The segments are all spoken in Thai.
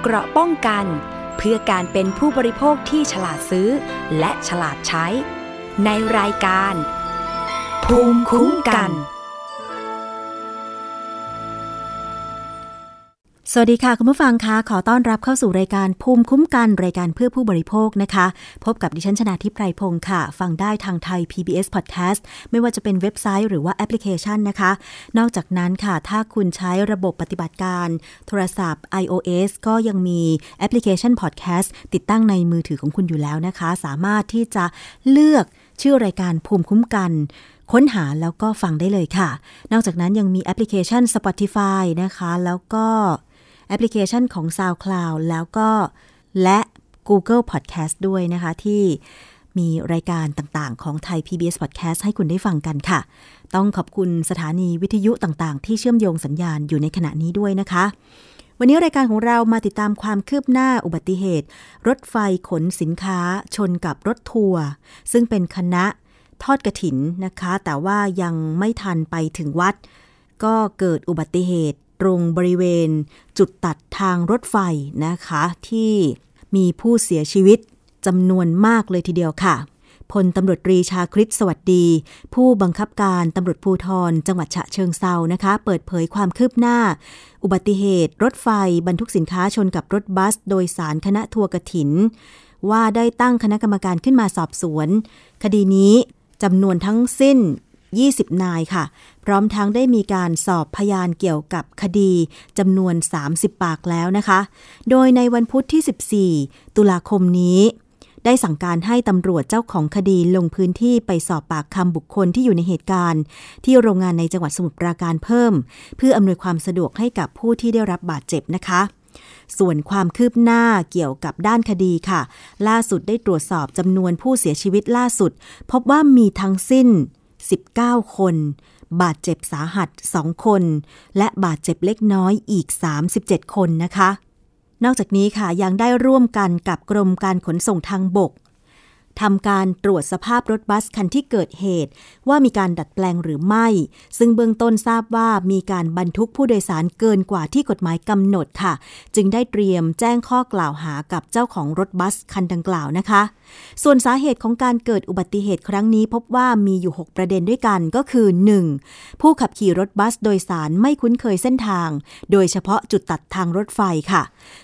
เกราะป้องกันเพื่อการเป็นผู้บริโภคที่ฉลาดซื้อและฉลาดใช้ในรายการภูมิคุ้มกันสวัสดีค่ะคุณผู้ฟังคะขอต้อนรับเข้าสู่รายการภูมิคุ้มกันรายการเพื่อผู้บริโภคนะคะพบกับดิฉันชนาธิปไพรพงศ์ค่ะฟังได้ทางไทย PBS Podcast ไม่ว่าจะเป็นเว็บไซต์หรือว่าแอปพลิเคชันนะคะนอกจากนั้นค่ะถ้าคุณใช้ระบบปฏิบัติการโทรศัพท์ iOS ก็ยังมีแอปพลิเคชัน Podcast ติดตั้งในมือถือของคุณอยู่แล้วนะคะสามารถที่จะเลือกชื่อรายการภูมิคุ้มกันค้นหาแล้วก็ฟังได้เลยค่ะนอกจากนั้นยังมีแอปพลิเคชัน Spotify นะคะแล้วก็แอปพลิเคชันของ SoundCloud แล้วก็และ Google Podcast ด้วยนะคะที่มีรายการต่างๆของไทย PBS Podcast ให้คุณได้ฟังกันค่ะต้องขอบคุณสถานีวิทยุต่างๆที่เชื่อมโยงสัญญาณอยู่ในขณะนี้ด้วยนะคะวันนี้รายการของเรามาติดตามความคืบหน้าอุบัติเหตุรถไฟขนสินค้าชนกับรถทัวร์ซึ่งเป็นคณะทอดกฐินนะคะแต่ว่ายังไม่ทันไปถึงวัดก็เกิดอุบัติเหตุตรงบริเวณจุดตัดทางรถไฟนะคะที่มีผู้เสียชีวิตจำนวนมากเลยทีเดียวค่ะพลตำรวจตรีชาคริตสวัสดีผู้บังคับการตำรวจภูธรจังหวัดฉะเชิงเทรานะคะเปิดเผยความคืบหน้าอุบัติเหตุรถไฟบรรทุกสินค้าชนกับรถบัสโดยสารคณะทัวร์กฐินว่าได้ตั้งคณะกรรมการขึ้นมาสอบสวนคดีนี้จำนวนทั้งสิ้น20 นายค่ะพร้อมทั้งได้มีการสอบพยานเกี่ยวกับคดีจำนวน30 ปากแล้วนะคะโดยในวันพุธที่14ตุลาคมนี้ได้สั่งการให้ตำรวจเจ้าของคดีลงพื้นที่ไปสอบปากคำบุคคลที่อยู่ในเหตุการณ์ที่โรงงานในจังหวัดสมุทรปราการเพิ่มเพื่ออำนวยความสะดวกให้กับผู้ที่ได้รับบาดเจ็บนะคะส่วนความคืบหน้าเกี่ยวกับด้านคดีค่ะล่าสุดได้ตรวจสอบจำนวนผู้เสียชีวิตล่าสุดพบว่ามีทั้งสิ้น19 คนบาดเจ็บสาหัส2 คนและบาดเจ็บเล็กน้อยอีก37 คนนะคะนอกจากนี้ค่ะยังได้ร่วมกันกับกรมการขนส่งทางบกทำการตรวจสภาพรถบัสคันที่เกิดเหตุว่ามีการดัดแปลงหรือไม่ซึ่งเบื้องต้นทราบว่ามีการบรรทุกผู้โดยสารเกินกว่าที่กฎหมายกำหนดค่ะจึงได้เตรียมแจ้งข้อกล่าวหากับเจ้าของรถบัสคันดังกล่าวนะคะส่วนสาเหตุของการเกิดอุบัติเหตุครั้งนี้พบว่ามีอยู่6ประเด็นด้วยกันก็คือ 1. ผู้ขับขี่รถบัสโดยสารไม่คุ้นเคยเส้นทางโดยเฉพาะจุดตัดทางรถไฟค่ะ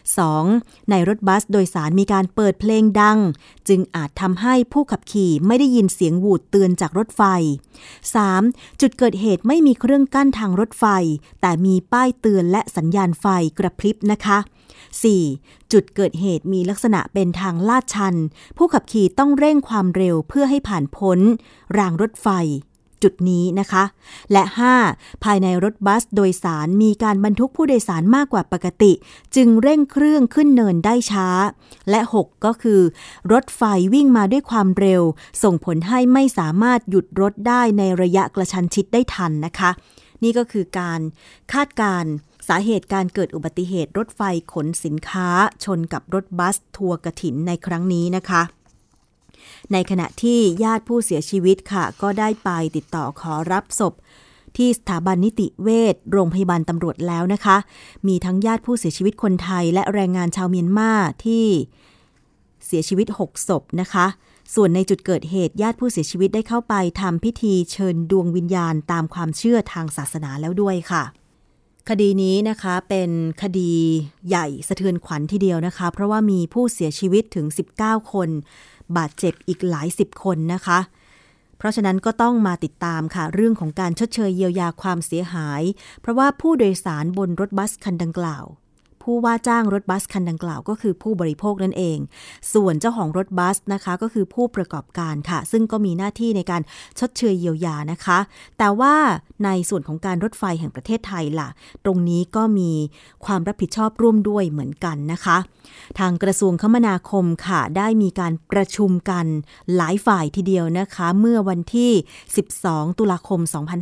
2. ในรถบัสโดยสารมีการเปิดเพลงดังจึงอาจทำให้ผู้ขับขี่ไม่ได้ยินเสียงหวูดเตือนจากรถไฟ 3. จุดเกิดเหตุไม่มีเครื่องกั้นทางรถไฟแต่มีป้ายเตือนและสัญญาณไฟกระพริบนะคะ 4. จุดเกิดเหตุมีลักษณะเป็นทางลาดชันผู้ขับขี่ต้องเร่งความเร็วเพื่อให้ผ่านพ้นรางรถไฟจุดนี้นะคะและ 5. ภายในรถบัสโดยสารมีการบรรทุกผู้โดยสารมากกว่าปกติจึงเร่งเครื่องขึ้นเนินได้ช้าและ 6. ก็คือรถไฟวิ่งมาด้วยความเร็วส่งผลให้ไม่สามารถหยุดรถได้ในระยะกระชั้นชิดได้ทันนะคะนี่ก็คือการคาดการณ์สาเหตุการเกิดอุบัติเหตุรถไฟขนสินค้าชนกับรถบัสทัวร์กฐินในครั้งนี้นะคะในขณะที่ญาติผู้เสียชีวิตค่ะก็ได้ไปติดต่อขอรับศพที่สถาบันนิติเวชโรงพยาบาลตำรวจแล้วนะคะมีทั้งญาติผู้เสียชีวิตคนไทยและแรงงานชาวเมียนมาที่เสียชีวิต6 ศพนะคะส่วนในจุดเกิดเหตุญาติผู้เสียชีวิตได้เข้าไปทำพิธีเชิญดวงวิญญาณตามความเชื่อทางศาสนาแล้วด้วยค่ะคดีนี้นะคะเป็นคดีใหญ่สะเทือนขวัญทีเดียวนะคะเพราะว่ามีผู้เสียชีวิตถึง19 คนบาดเจ็บอีกหลาย10 คนนะคะเพราะฉะนั้นก็ต้องมาติดตามค่ะเรื่องของการชดเชยเยียวยาความเสียหายเพราะว่าผู้โดยสารบนรถบัสคันดังกล่าวผู้ว่าจ้างรถบัสคันดังกล่าวก็คือผู้บริโภคนั่นเองส่วนเจ้าของรถบัสนะคะก็คือผู้ประกอบการค่ะซึ่งก็มีหน้าที่ในการชดเชยเยียวยานะคะแต่ว่าในส่วนของการรถไฟแห่งประเทศไทยล่ะตรงนี้ก็มีความรับผิดชอบร่วมด้วยเหมือนกันนะคะทางกระทรวงคมนาคมค่ะได้มีการประชุมกันหลายฝ่ายทีเดียวนะคะเมื่อวันที่12 ตุลาคม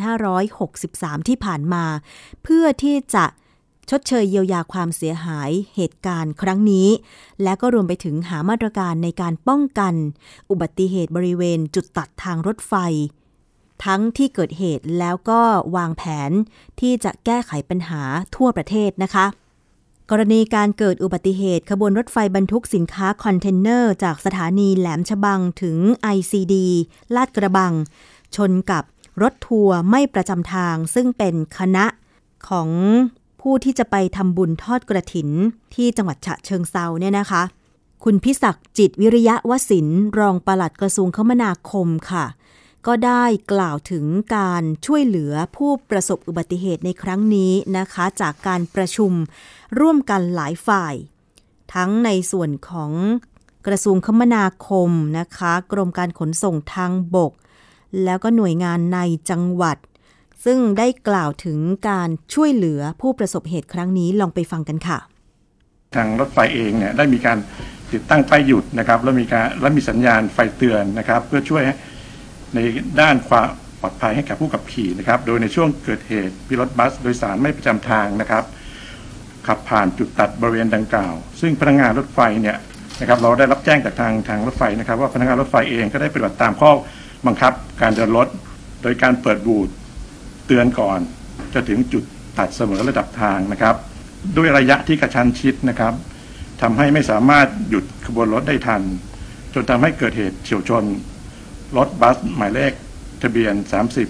2563 ที่ผ่านมาเพื่อที่จะชดเชยเยียวยาความเสียหายเหตุการณ์ครั้งนี้และก็รวมไปถึงหามาตรการในการป้องกันอุบัติเหตุบริเวณจุดตัดทางรถไฟทั้งที่เกิดเหตุแล้วก็วางแผนที่จะแก้ไขปัญหาทั่วประเทศนะคะกรณีการเกิดอุบัติเหตุขบวนรถไฟบรรทุกสินค้าคอนเทนเนอร์จากสถานีแหลมฉบังถึง ICD ลาดกระบังชนกับรถทัวร์ไม่ประจำทางซึ่งเป็นคณะของผู้ที่จะไปทำบุญทอดกฐินที่จังหวัดฉะเชิงเทราเนี่ยนะคะคุณพิศักดิ์จิตวิริยะวศิลป์รองปลัดกระทรวงคมนาคมค่ะก็ได้กล่าวถึงการช่วยเหลือผู้ประสบอุบัติเหตุในครั้งนี้นะคะจากการประชุมร่วมกันหลายฝ่ายทั้งในส่วนของกระทรวงคมนาคมนะคะกรมการขนส่งทางบกแล้วก็หน่วยงานในจังหวัดซึ่งได้กล่าวถึงการช่วยเหลือผู้ประสบเหตุครั้งนี้ลองไปฟังกันค่ะทางรถไฟเองเนี่ยได้มีการติดตั้งป้ายหยุดนะครับแล้วมีสัญญาณไฟเตือนนะครับเพื่อช่วยในด้านความปลอดภัยให้กับผู้ขับขี่นะครับโดยในช่วงเกิดเหตุมีรถบัสโดยสารไม่ประจำทางนะครับขับผ่านจุดตัดบริเวณดังกล่าวซึ่งพนักงานรถไฟเนี่ยนะครับเราได้รับแจ้งจากทางรถไฟนะครับว่าพนักงานรถไฟเองก็ได้ปฏิบัติตามข้อบังคับการเดินรถโดยการเปิดบูทเตือนก่อนจะถึงจุดตัดเสมอระดับทางนะครับด้วยระยะที่กระชั้นชิดนะครับทำให้ไม่สามารถหยุดขบวนรถได้ทันจนทำให้เกิดเหตุเฉี่ยวชนรถบัสหมายเลขทะเบียน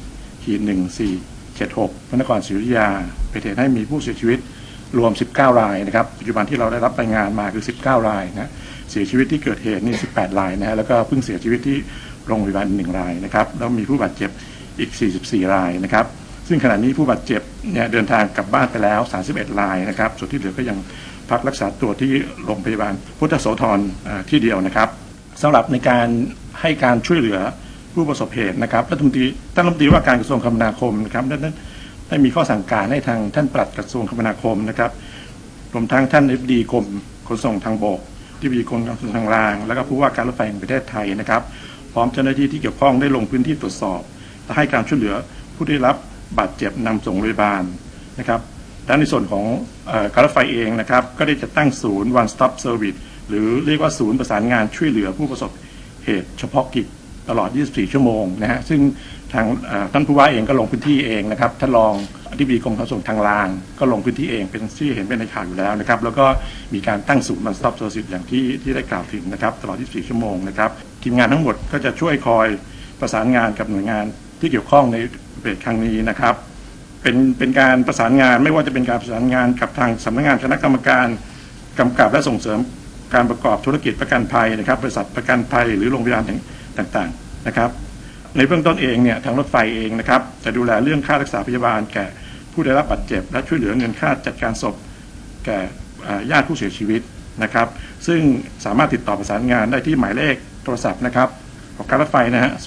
30-1476 พระนครศรีอยุธยาเป็นเหตุให้มีผู้เสียชีวิตรวม19รายนะครับปัจจุบันที่เราได้รับรายงานมาคือ19รายนะเสียชีวิตที่เกิดเหตุนี่18รายนะฮะแล้วก็เพิ่งเสียชีวิตที่โรงพยาบาล1รายนะครับแล้วมีผู้บาดเจ็บอีก44รายนะครับซึ่งขณะนี้ผู้บาดเจ็บเนี่ยเดินทางกลับบ้านไปแล้ว31รายนะครับส่วนที่เหลือก็ยังพักรักษาตัวที่โรงพยาบาลพุทธโสธรที่เดียวนะครับสำหรับในการให้การช่วยเหลือผู้ประสบเหตุนะครับท่านรัฐมนตรีว่าการกระทรวงคมนาคมนะครับได้มีข้อสั่งการให้ทางท่านปลัดกระทรวงคมนาคมนะครับรวมทั้งท่านอธิบดีกรมขนส่งทางบกอธิบดีกรมการขนส่งทางรางแล้วก็ผู้ว่าการรถไฟแห่งประเทศไทยนะครับพร้อมเจ้าหน้าที่ที่เกี่ยวข้องได้ลงพื้นที่ตรวจสอบและให้การช่วยเหลือผู้ได้รับบาดเจ็บนำส่งโรงพยาบาลนะครับและในส่วนของการรถไฟเองนะครับก็ได้จัดตั้งศูนย์ One Stop Service หรือเรียกว่าศูนย์ประสานงานช่วยเหลือผู้ประสบเหตุเฉพาะกิจตลอด24ชั่วโมงนะฮะซึ่งทางท่านผู้ว่าเองก็ลงพื้นที่เองนะครับท่านรองอธิบดีกรมขนส่งทางรางก็ลงพื้นที่เองเป็นที่เห็นเป็นในข่าวอยู่แล้วนะครับแล้วก็มีการตั้งศูนย์ One Stop Service อย่างที่ได้กล่าวถึงนะครับตลอด24ชั่วโมงนะครับทีมงานทั้งหมดก็จะช่วยคอยประสานงานกับหน่วยงานที่เกี่ยวข้องในเหตุครั้งนี้นะครับเป็นการประสานงานไม่ว่าจะเป็นการประสานงานกับทางสำนักงานคณะกรรมการกำกับและส่งเสริมการประกอบธุรกิจประกันภัยนะครับบริษัทประกันภัยหรือโรงพยาบาลต่างๆนะครับในเบื้องต้นเองเนี่ยทางรถไฟเองนะครับจะดูแลเรื่องค่ารักษาพยาบาลแก่ผู้ได้รับบาดเจ็บและช่วยเหลือเงินค่าจัดการศพแก่ญาติผู้เสียชีวิตนะครับซึ่งสามารถติดต่อประสานงานได้ที่หมายเลขโทรศัพท์นะครับของการรถไฟนะฮะ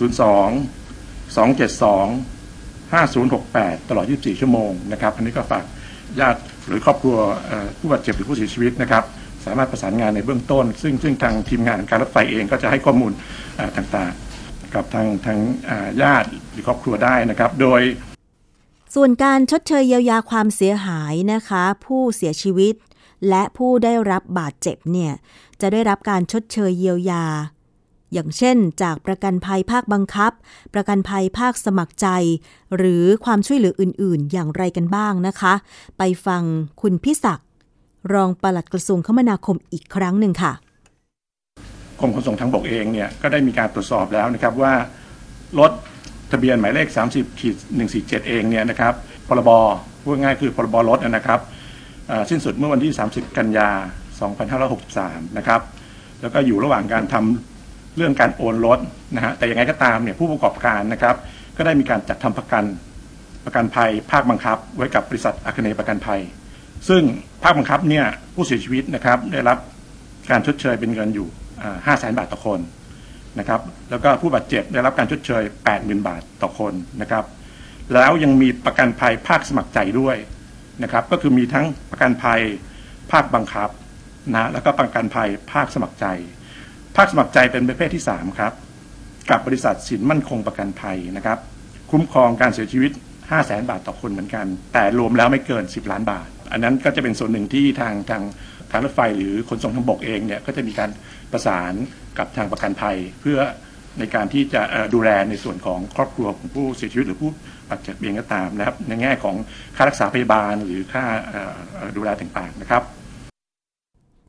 02-272-5068 ตลอด24ชั่วโมงนะครับอันนี้ก็ฝากญาติหรือครอบครัวผู้บาดเจ็บหรือผู้เสียชีวิตนะครับสามารถประสานงานในเบื้องต้นซึ่งทางทีมงานการรถไฟเองก็จะให้ข้อมูลต่างๆกับทางญาติหรือครอบครัวได้นะครับโดยส่วนการชดเชยเยียวยาความเสียหายนะคะผู้เสียชีวิตและผู้ได้รับบาดเจ็บเนี่ยจะได้รับการชดเชยเยียวยาอย่างเช่นจากประกันภัยภาคบังคับประกันภัยภาคสมัครใจหรือความช่วยเหลืออื่นๆอย่างไรกันบ้างนะคะไปฟังคุณพิศักดิ์รองปลัดกระทรวงคมนาคมอีกครั้งหนึ่งค่ะกรมขนส่งทางบกเองเนี่ยก็ได้มีการตรวจสอบแล้วนะครับว่ารถทะเบียนหมายเลข 30-147 เองเนี่ยนะครับพรบพูดง่ายคือพรบรถนะครับสิ้นสุดเมื่อวันที่30กันยา2563นะครับแล้วก็อยู่ระหว่างการทำเรื่องการโอนรถนะฮะแต่อย่างไรก็ตามเนี่ยผู้ประกอบการนะครับก็ได้มีการจัดทำประกันภัยภาคบังคับไว้กับบริษัทอาคเนย์ประกันภัยซึ่งภาคบังคับเนี่ยผู้เสียชีวิตนะครับได้รับการชดเชยเป็นเงินอยู่500,000 บาทต่อคนนะครับแล้วก็ผู้บาดเจ็บได้รับการชดเชย 80,000 บาทต่อคนนะครับแล้วยังมีประกันภัยภาคสมัครใจด้วยนะครับก็คือมีทั้งประกันภัยภาคบังคับนะแล้วก็ประกันภัยภาคสมัครใจภาคสมัครใจเป็นประเภทที่3ครับกับบริษัทสินมั่นคงประกันภัยนะครับคุ้มครองการเสียชีวิต 500,000 บาทต่อคนเหมือนกันแต่รวมแล้วไม่เกิน10 ล้านบาทอันนั้นก็จะเป็นส่วนหนึ่งที่ทางการรถไฟหรือขนส่งทางบกเองเนี่ยก็จะมีการประสานกับทางประกันภัยเพื่อในการที่จะดูแลในส่วนของครอบครัวของผู้เสียชีวิตหรือผู้บาดเจ็บเองก็ตามนะครับในแง่ของค่ารักษาพยาบาลหรือค่าดูแลต่างๆนะครับ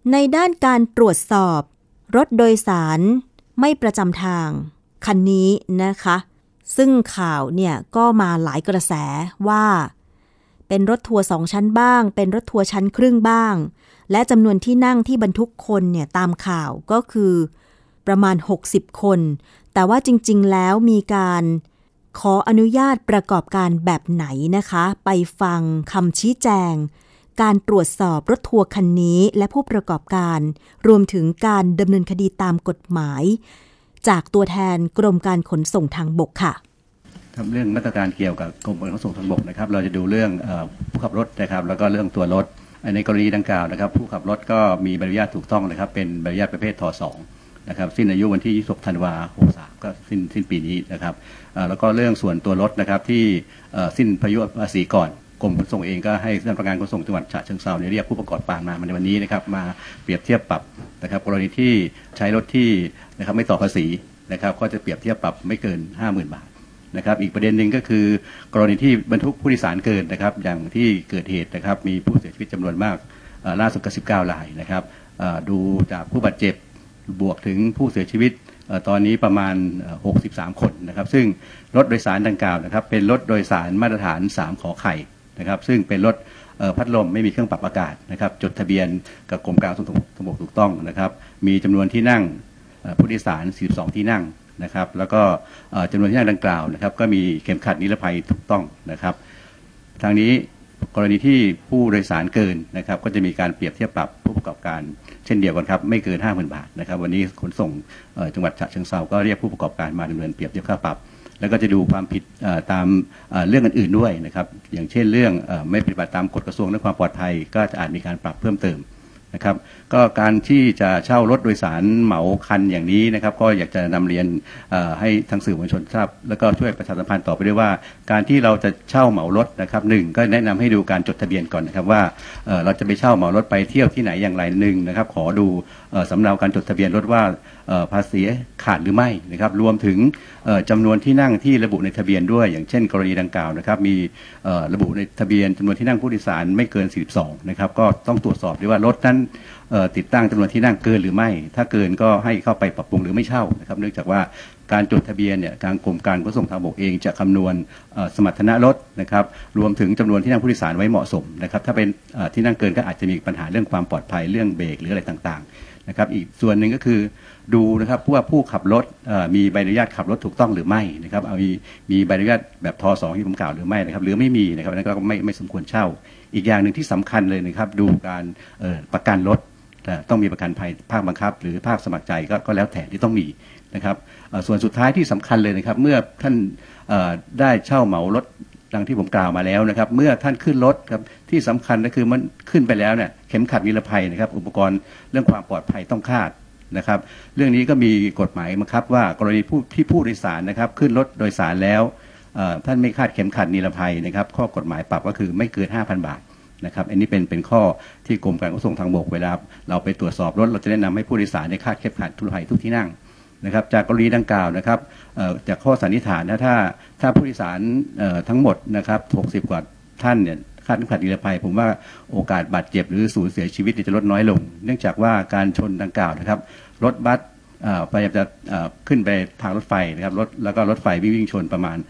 ในด้านการตรวจสอบรถโดยสารไม่ประจำทางคันนี้นะคะซึ่งข่าวเนี่ยก็มาหลายกระแสว่าเป็นรถทัวร์2ชั้นบ้างเป็นรถทัวร์ชั้นครึ่งบ้างและจำนวนที่นั่งที่บรรทุกคนเนี่ยตามข่าวก็คือประมาณ60คนแต่ว่าจริงๆแล้วมีการขออนุญาตประกอบการแบบไหนนะคะไปฟังคำชี้แจงการตรวจสอบรถทัวร์คันนี้และผู้ประกอบการรวมถึงการดำเนินคดีตามกฎหมายจากตัวแทนกรมการขนส่งทางบกค่ะทำเรื่องมาตรการเกี่ยวกับกรมการขนส่งทางบกนะครับเราจะดูเรื่องผู้ขับรถนะครับแล้วก็เรื่องตัวรถในกรณีดังกล่าวนะครับผู้ขับรถก็มีใบอนุญาตถูกต้องนะครับเป็นใบอนุญาตประเภทท2นะครับสิ้นอายุวันที่26ธันวาคม63ก็สิ้นปีนี้นะครับแล้วก็เรื่องส่วนตัวรถนะครับที่สิ้นอายุภาษีก่อนกรมขนส่งเองก็ให้สำนักงานขนส่งจังหวัดฉะเชิงเทราเรียกผู้ประกอบการมาในวันนี้นะครับมาเปรียบเทียบปรับนะครับกรณีที่ใช้รถที่นะครับไม่ต่อภาษีนะครับก็จะเปรียบเทียบปรับไม่เกิน 50,000 บาทนะครับอีกประเด็นหนึ่งก็คือกรณีที่บรรทุกผู้โดยสารเกินนะครับอย่างที่เกิดเหตุนะครับมีผู้เสียชีวิตจำนวนมากล่าสุดก็19รายนะครับดูจากผู้บาดเจ็บบวกถึงผู้เสียชีวิตตอนนี้ประมาณ63คนนะครับซึ่งรถโดยสารดังกล่าวนะครับเป็นรถโดยสารมาตรฐาน3ขอไข่นะครับซึ่งเป็นรถพัดลมไม่มีเครื่องปรับอากาศนะครับจดทะเบียนกับกรมการขนส่งทางบกถูกต้องนะครับมีจำนวนที่นั่งผู้โดยสาร42ที่นั่งนะครับแล้วก็จำนวนที่นั่งดังกล่าวนะครับก็มีเข็มขัดนิรภัยถูกต้องนะครับทางนี้กรณีที่ผู้โดยสารเกินนะครับก็จะมีการเปรียบเทียบปรับผู้ประกอบการเช่นเดียวกันครับไม่เกิน 50,000 บาทนะครับวันนี้ขนส่งจังหวัดฉะเชิงเทราก็เรียกผู้ประกอบการมาดำเนินเปรียบเทียบค่าปรับแล้วก็จะดูความผิดตามเรื่องอื่นๆด้วยนะครับอย่างเช่นเรื่องไม่ปฏิบัติตามกฎกระทรวงเรื่องความปลอดภัยก็จะอาจมีการปรับเพิ่มเติมนะครับก็การที่จะเช่ารถโดยสารเหมาคันอย่างนี้นะครับก็อยากจะนำเรียนให้ทางสื่อมวลชนทราบแล้วก็ช่วยประชาสัมพันธ์ต่อไปด้วยว่าการที่เราจะเช่าเหมารถนะครับ1ก็แนะนำให้ดูการจดทะเบียนก่อนนะครับว่าเราจะไปเช่าเหมารถไปเที่ยวที่ไหนอย่างไรนะครับขอดูสำเนาการจดทะเบียนรถว่าภาษีขาดหรือไม่นะครับรวมถึงจำนวนที่นั่งที่ระบุในทะเบียนด้วยอย่างเช่นกรณีดังกล่าวนะครับมีระบุในทะเบียนจำนวนที่นั่งผู้โดยสารไม่เกิน42นะครับก็ต้องตรวจสอบด้วยว่ารถนั้นติดตั้งจำนวนที่นั่งเกินหรือไม่ถ้าเกินก็ให้เข้าไปปรับปรุงหรือไม่เช่านะครับเนื่องจากว่าการจดทะเบียนเนี่ยการกรมการขนส่งทางบกเองจะคำนวณสมรรถนะรถนะครับรวมถึงจำนวนที่นั่งผู้โดยสารไว้เหมาะสมนะครับถ้าเป็นที่นั่งเกินก็อาจจะมีปัญหาเรื่องความปลอดภัยเรื่องเบรกหรืออะไรต่างๆนะครับอีกส่วนหนึ่งก็คือดูนะครับว่าผู้ขับรถมีใบอนุญาตขับรถถูกต้องหรือไม่นะครับมีใบอนุญาตแบบท2ที่ผมกล่าวหรือไม่นะครับหรือไม่มีนะครับนั่นก็ไม่สมควรเช่าอีกอย่างหนึ่งที่สำคัญเลยนะครับดูการประกันรถต้องมีประกันภัยภาคบังคับหรือภาคสมัครใจก็แล้วแต่ที่ต้องมีนะครับส่วนสุดท้ายที่สำคัญเลยนะครับเมื่อท่านได้เช่าเหมารถดังที่ผมกล่าวมาแล้วนะครับเมื่อท่านขึ้นรถครับที่สำคัญก็คือมันขึ้นไปแล้วเนี่ยเข็มขัดนิรภัยนะครับอุปกรณ์เรื่องความปลอดภัยต้องคาดนะครับเรื่องนี้ก็มีกฎหมายบังคับว่ากรณีผู้โดยสารนะครับขึ้นรถโดยสารแล้วท่านไม่คาดเข็มขัดนิรภัยนะครับข้อกฎหมายปรับก็คือไม่เกิน 5,000 บาทนะครับอันนี้เป็นข้อที่กรมการขนส่งทางบกเวลาเราไปตรวจสอบรถเราจะแนะนำให้ผู้โดยสารคาดเข็มขัดนิรภัยทุกที่นั่งนะครับจากกรณีดังกล่าวนะครับจากข้อสันนิษฐานนะถ้าผู้โดยสารทั้งหมดนะครับ60กว่าท่านเนี่ยคาดเข็มขัดนิรภัยผมว่าโอกาสบาดเจ็บหรือสูญเสียชีวิตจะลดน้อยลงเนื่องจากว่าการชนดังกล่าวนะครับรถบัสพยายามจะขึ้นไปทางรถไฟนะครับแล้วก็รถไฟวิ่งชนประมาณ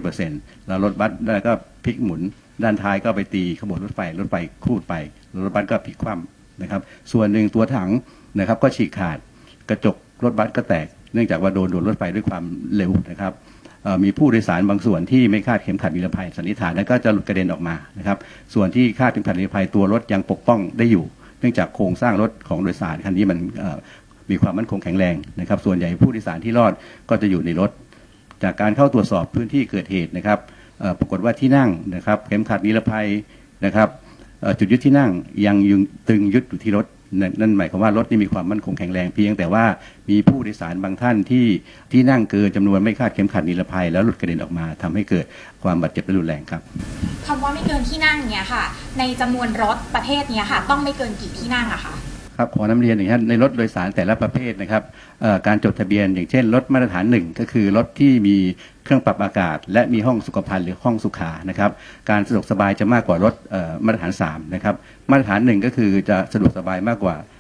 50% แล้วรถบัสแล้วก็พลิกหมุนด้านท้ายก็ไปตีขบวนรถไฟครูดไปรถบัสก็พลิกคว่ำนะครับส่วนหนึ่งตัวถังนะครับก็ฉีกขาดกระจกรถบัสก็แตกเนื่องจากว่าโดนรถไฟด้วยความเร็วนะครับมีผู้โดยสารบางส่วนที่ไม่คาดเข็มขัดนิรภัยสันนิษฐานนั้นก็จะหลุดกระเด็นออกมานะครับส่วนที่คาดเข็มขัดนิรภัยตัวรถยังปกป้องได้อยู่เนื่องจากโครงสร้างรถของโดยสารคันนี้มันมีความมั่นคงแข็งแรงนะครับส่วนใหญ่ผู้โดยสารที่รอดก็จะอยู่ในรถจากการเข้าตรวจสอบพื้นที่เกิดเหตุนะครับปรากฏว่าที่นั่งนะครับเข็มขัดนิรภัยนะครับจุดยึดที่นั่งยังตึงยึดอยู่ที่รถนั่นหมายความว่ารถนี่มีความมั่นคงแข็งแรงเพียงแต่ว่ามีผู้โดยสารบางท่านที่นั่งเกินจำนวนไม่คาดเข็มขัดนิรภัยแล้วหลุดกระเด็นออกมาทำให้เกิดความบาดเจ็บและรุนแรงครับคำว่าไม่เกินที่นั่งเนี่ยค่ะในจำนวนรถประเภทนี้ค่ะต้องไม่เกินกี่ที่นั่งอะคะครับขอนำเรียนอย่างนี้ในรถโดยสารแต่ละประเภทนะครับการจดทะเบียนอย่างเช่นรถมาตรฐาน1ก็คือรถที่มีเครื่องปรับอากาศและมีห้องสุขภัณฑ์หรือห้องสุขานะครับการสะดวกสบายจะมากกว่ารถมาตรฐาน3นะครับมาตรฐาน1ก็คือจะสะดวกสบายมากกว่า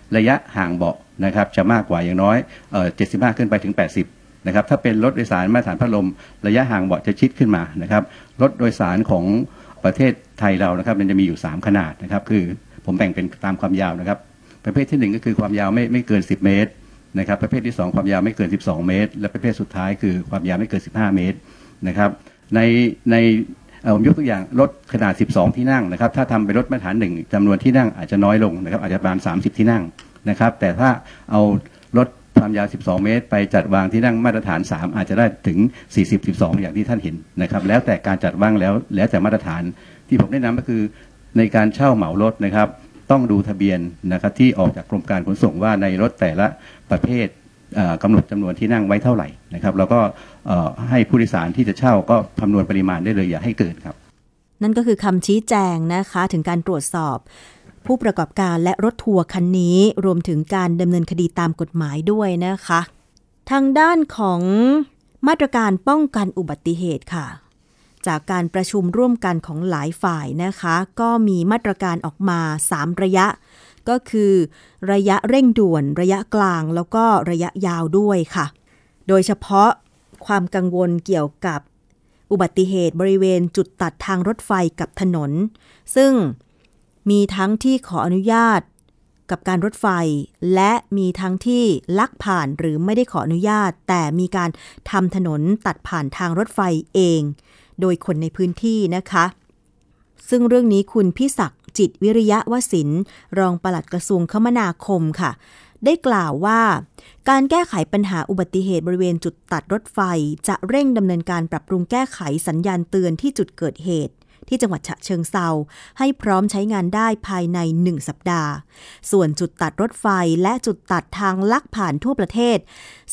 ระยะห่างเบาะนะครับจะมากกว่าอย่างน้อย75ขึ้นไปถึง80นะครับถ้าเป็นรถโดยสารมาตรฐานพัดลมระยะห่างเบาะจะชิดขึ้นมานะครับรถโดยสารของประเทศไทยเรานะครับมันจะมีอยู่3ขนาดนะครับคือผมแบ่งเป็นตามความยาวนะครับประเภทที่1ก็คือความยาวไม่เกิน10เมตรนะครับประเภทที่2ความยาวไม่เกิน12เมตรและประเภทสุดท้ายคือความยาวไม่เกิน15เมตรนะครับในผมยกตัวอย่างรถขนาด12ที่นั่งนะครับถ้าทำเป็นรถมาตรฐาน1จำนวนที่นั่งอาจจะน้อยลงนะครับอาจจะประมาณ30ที่นั่งนะครับแต่ถ้าเอารถความยาว12เมตรไปจัดวางที่นั่งมาตรฐาน3อาจจะได้ถึง40-12อย่างที่ท่านเห็นนะครับแล้วแต่การจัดวางแล้วแต่มาตรฐานที่ผมแนะนำก็คือในการเช่าเหมารถนะครับต้องดูทะเบียนนะครับที่ออกจากกรมการขนส่งว่าในรถแต่ละประเภทกำหนดจำนวนที่นั่งไว้เท่าไหร่นะครับแล้วก็ให้ผู้โดยสารที่จะเช่าก็คำนวณปริมาณได้เลยอย่าให้เกินครับนั่นก็คือคำชี้แจงนะคะถึงการตรวจสอบผู้ประกอบการและรถทัวร์คันนี้รวมถึงการดำเนินคดีตามกฎหมายด้วยนะคะทางด้านของมาตรการป้องกันอุบัติเหตุค่ะจากการประชุมร่วมกันของหลายฝ่ายนะคะก็มีมาตรการออกมา3ระยะก็คือระยะเร่งด่วนระยะกลางแล้วก็ระยะยาวด้วยค่ะโดยเฉพาะความกังวลเกี่ยวกับอุบัติเหตุบริเวณจุดตัดทางรถไฟกับถนนซึ่งมีทั้งที่ขออนุญาตกับการรถไฟและมีทั้งที่ลักผ่านหรือไม่ได้ขออนุญาตแต่มีการทำถนนตัดผ่านทางรถไฟเองโดยคนในพื้นที่นะคะซึ่งเรื่องนี้คุณพิศักดิ์จิตวิริยะวศิลป์รองปลัดกระทรวงคมนาคมค่ะได้กล่าวว่าการแก้ไขปัญหาอุบัติเหตุบริเวณจุดตัดรถไฟจะเร่งดำเนินการปรับปรุงแก้ไขสัญญาณเตือนที่จุดเกิดเหตุที่จังหวัดฉะเชิงเทราให้พร้อมใช้งานได้ภายใน1สัปดาห์ส่วนจุดตัดรถไฟและจุดตัดทางลักผ่านทั่วประเทศ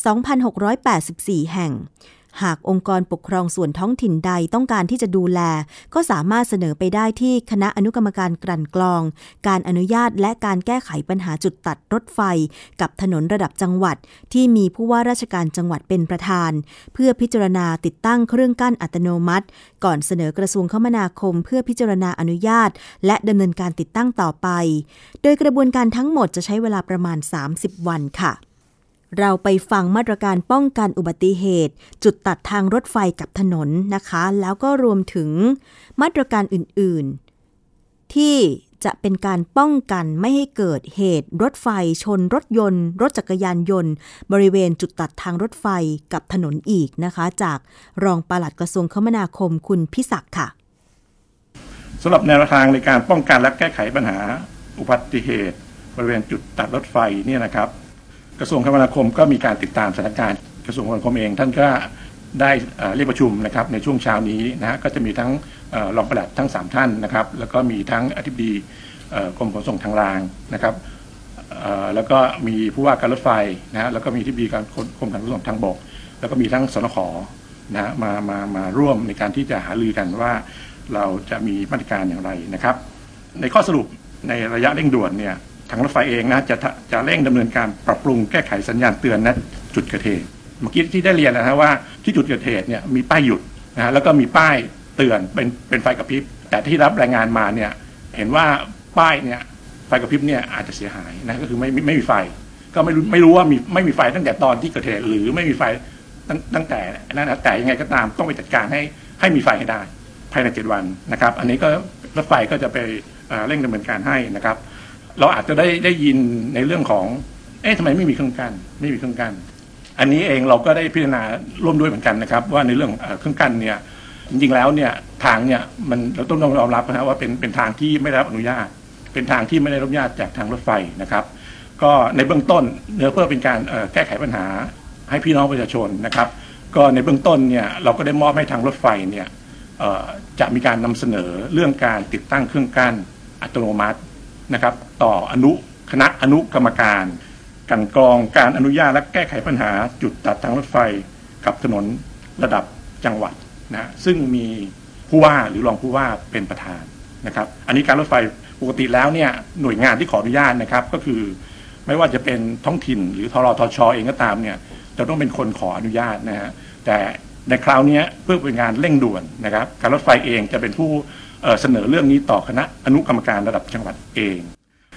2,684 แห่งหากองค์กรปกครองส่วนท้องถิ่นใดต้องการที่จะดูแลก็สามารถเสนอไปได้ที่คณะอนุกรรมการกลั่นกรองการอนุญาตและการแก้ไขปัญหาจุดตัดรถไฟกับถนนระดับจังหวัดที่มีผู้ว่าราชการจังหวัดเป็นประธานเพื่อพิจารณาติดตั้งเครื่องกั้นอัตโนมัติก่อนเสนอกระทรวงคมนาคมเพื่อพิจารณาอนุญาตและดำเนินการติดตั้งต่อไปโดยกระบวนการทั้งหมดจะใช้เวลาประมาณ30วันค่ะเราไปฟังมาตรการป้องกันอุบัติเหตุจุดตัดทางรถไฟกับถนนนะคะแล้วก็รวมถึงมาตรการอื่นๆที่จะเป็นการป้องกันไม่ให้เกิดเหตุรถไฟชนรถยนต์รถจักรยานยนต์บริเวณจุดตัดทางรถไฟกับถนนอีกนะคะจากรองปลัดกระทรวงคมนาคมคุณพิศักดิ์ค่ะสำหรับแนวทางในการป้องกันและแก้ไขปัญหาอุบัติเหตุบริเวณจุดตัดรถไฟเนี่ยนะครับกระทรวงคมนาคมก็มีการติดตามสถานการณ์กระทรวงคมนาคมเองท่านก็ได้เรียกประชุมนะครับในช่วงเช้านี้นะฮะก็จะมีทั้งรองปลัดทั้ง3ท่านนะครับแล้วก็มีทั้งอธิบดีกรมขนส่งทางรางนะครับแล้วก็มีผู้ว่าการรถไฟนะฮะแล้วก็มีอธิบดีกรมการขนส่งทางบกแล้วก็มีทั้งสนข.นะฮะมาร่วมในการที่จะหารือกันว่าเราจะมีมาตรการอย่างไรนะครับในข้อสรุปในระยะเร่งด่วนเนี่ยทางรถไฟเองนะจะเร่งดำเนินการปรับปรุงแก้ไขสัญญาณเตือนณจุดเกิดเหตุเมื่อกี้ที่ได้เรียนนะฮะว่าที่จุดเกิดเหตุเนี่ยมีป้ายหยุดนะฮะแล้วก็มีป้ายเตือนเป็นไฟกระพริบแต่ที่รับรายงานมาเนี่ยเห็นว่าป้ายเนี่ยไฟกระพริบเนี่ยอาจจะเสียหายนะก็คือไม่มีไฟก็ไม่รู้ว่าไม่มีไฟตั้งแต่ตอนที่เกิดเหตุหรือไม่มีไฟตั้งแต่นั่นนะแต่ยังไงก็ตามต้องไปจัดการให้มีไฟให้ได้ภายใน7วันนะครับอันนี้ก็รถไฟก็จะไปเร่งดำเนินการให้นะครับเราอาจจะได้ยินในเรื่องของทำไมไม่มีเครื่องกั้นอันนี้เองเราก็ได้พิจารณาร่วมด้วยเหมือนกันนะครับว่าในเรื่องเครื่องกั้นเนี่ยจริงๆแล้วเนี่ยทางเนี่ยมันเราต้องยอมรับนะว่าเป็นทางที่ไม่ได้รับอนุญาตเป็นทางที่ไม่ได้รับอนุญาตจากทางรถไฟนะครับก็ในเบื้องต้นเพื่อเป็นการแก้ไขปัญหาให้พี่น้องประชาชนนะครับก็ในเบื้องต้นเนี่ยเราก็ได้มอบให้ทางรถไฟเนี่ยจะมีการนำเสนอเรื่องการติดตั้งเครื่องกั้นอัตโนมัตินะครับต่อคณะอนุกรรมการกลั่นกรองการอนุญาตและแก้ไขปัญหาจุดตัดทางรถไฟกับถนนระดับจังหวัดนะซึ่งมีผู้ว่าหรือรองผู้ว่าเป็นประธานนะครับอันนี้การรถไฟปกติแล้วเนี่ยหน่วยงานที่ขออนุญาตนะครับก็คือไม่ว่าจะเป็นท้องถิ่นหรือทรทช.เองก็ตามเนี่ยจะต้องเป็นคนขออนุญาตนะฮะแต่ในคราวนี้เพื่อเป็นงานเร่งด่วนนะครับการรถไฟเองจะเป็นผู้เสนอเรื่องนี้ต่อคณะอนุกรรมการระดับจังหวัดเอง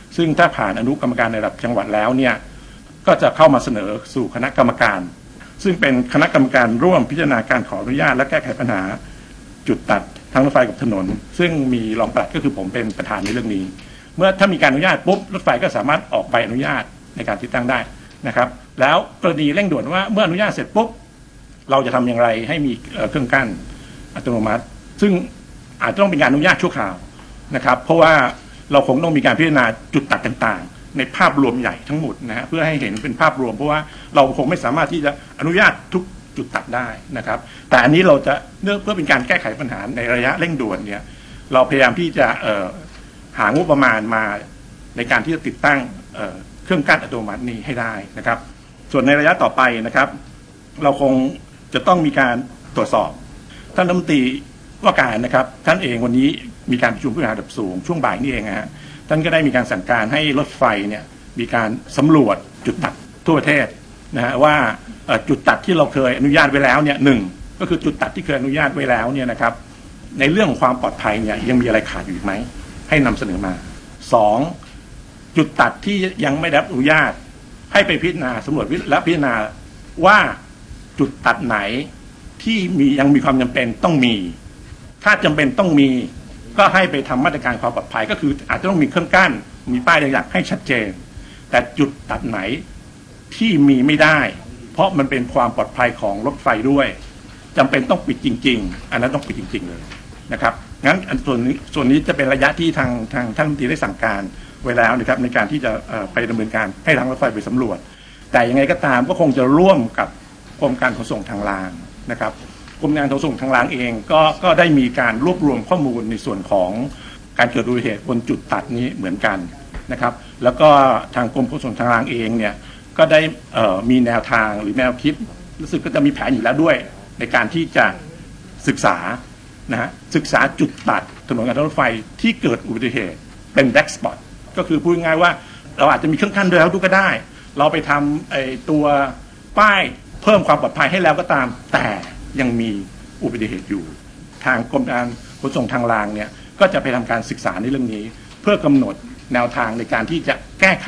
ซึ่งถ้าผ่านอนุกรรมการในระดับจังหวัดแล้วเนี่ยก็จะเข้ามาเสนอสู่คณะกรรมการซึ่งเป็นคณะกรรมการร่วมพิจารณาการขออนุญาตและแก้ไขปัญหาจุดตัดทางรถไฟกับถนนซึ่งมีรองปลัดก็คือผมเป็นประธานในเรื่องนี้เมื่อถ้ามีการอนุญาตปุ๊บรถไฟก็สามารถออกใบอนุญาตในการติดตั้งได้นะครับแล้วกรณีเร่งด่วนว่าเมื่ออนุญาตเสร็จปุ๊บเราจะทำอย่างไรให้มีเครื่องกั้นอัตโนมัติซึ่งอาจจะต้องเป็นการอนุญาตชั่วคราวนะครับเพราะว่าเราคงต้องมีการพิจารณาจุดตัดต่างๆในภาพรวมใหญ่ทั้งหมดนะฮะเพื่อให้เห็นเป็นภาพรวมเพราะว่าเราคงไม่สามารถที่จะอนุญาตทุกจุดตัดได้นะครับแต่อันนี้เราจะเพื่อเป็นการแก้ไขปัญหาในระยะเร่งด่วนเนี่ยเราพยายามที่จะหางบประมาณมาในการที่จะติดตั้งเครื่องกั้นอัตโนมัตินี้ให้ได้นะครับส่วนในระยะต่อไปนะครับเราคงจะต้องมีการตรวจสอบท่านรัฐมนตรีว่าการนะครับท่านเองวันนี้มีการประชุมผู้บริหารระดับสูงช่วงบ่ายนี้เองนะฮะท่านก็ได้มีการสั่งการให้รถไฟเนี่ยมีการสำรวจจุดตัดทั่วประเทศนะฮะว่าจุดตัดที่เราเคยอนุญาตไว้แล้วเนี่ยหนึ่งก็คือจุดตัดที่เคยอนุญาตไว้แล้วเนี่ยนะครับในเรื่องของความปลอดภัยเนี่ยยังมีอะไรขาดอยู่ไหมให้นำเสนอมาสองจุดตัดที่ยังไม่ได้รับอนุญาตให้ไปพิจารณาสำรวจและพิจารณาว่าจุดตัดไหนที่ยังมีความจำเป็นต้องมีถ้าจำเป็นต้องมีก็ให้ไปทำมาตรการความปลอดภัยก็คืออาจจะต้องมีเครื่องกั้นมีป้ายอย่างให้ชัดเจนแต่จุดตัดไหนที่มีไม่ได้เพราะมันเป็นความปลอดภัยของรถไฟด้วยจำเป็นต้องปิดจริงๆอันนั้นต้องปิดจริงๆเลยนะครับงั้นส่วนนี้จะเป็นระยะที่ทางท่านรัฐมนตรีได้สั่งการไว้แล้วนะครับในการที่จะไปดำเนินการให้ทางรถไฟไปสำรวจแต่ยังไงก็ตามก็คงจะร่วมกับกรมการขนส่งทางรางนะครับกรมการขนส่งทางรางเองก็ได้มีการรวบรวมข้อมูลในส่วนของการเกิดอุบัติเหตุบนจุดตัดนี้เหมือนกันนะครับแล้วก็ทางกรมขนส่งทางรางเองเนี่ยก็ได้มีแนวทางหรือแนวคิดรู้สึกก็จะมีแผนอยู่แล้วด้วยในการที่จะศึกษานะฮะศึกษาจุดตัดถนนการรถไฟที่เกิดอุบัติเหตุเป็น black spot ก็คือพูดง่ายๆว่าเราอาจจะมีเครื่องกั้นด้วยแล้วก็ได้เราไปทำตัวป้ายเพิ่มความปลอดภัยให้แล้วก็ตามแต่ยังมีอุบัติเหตุอยู่ทางกรมการขนส่งทางรางเนี่ยก็จะไปทำการศึกษาในเรื่องนี้เพื่อกำหนดแนวทางในการที่จะแก้ไข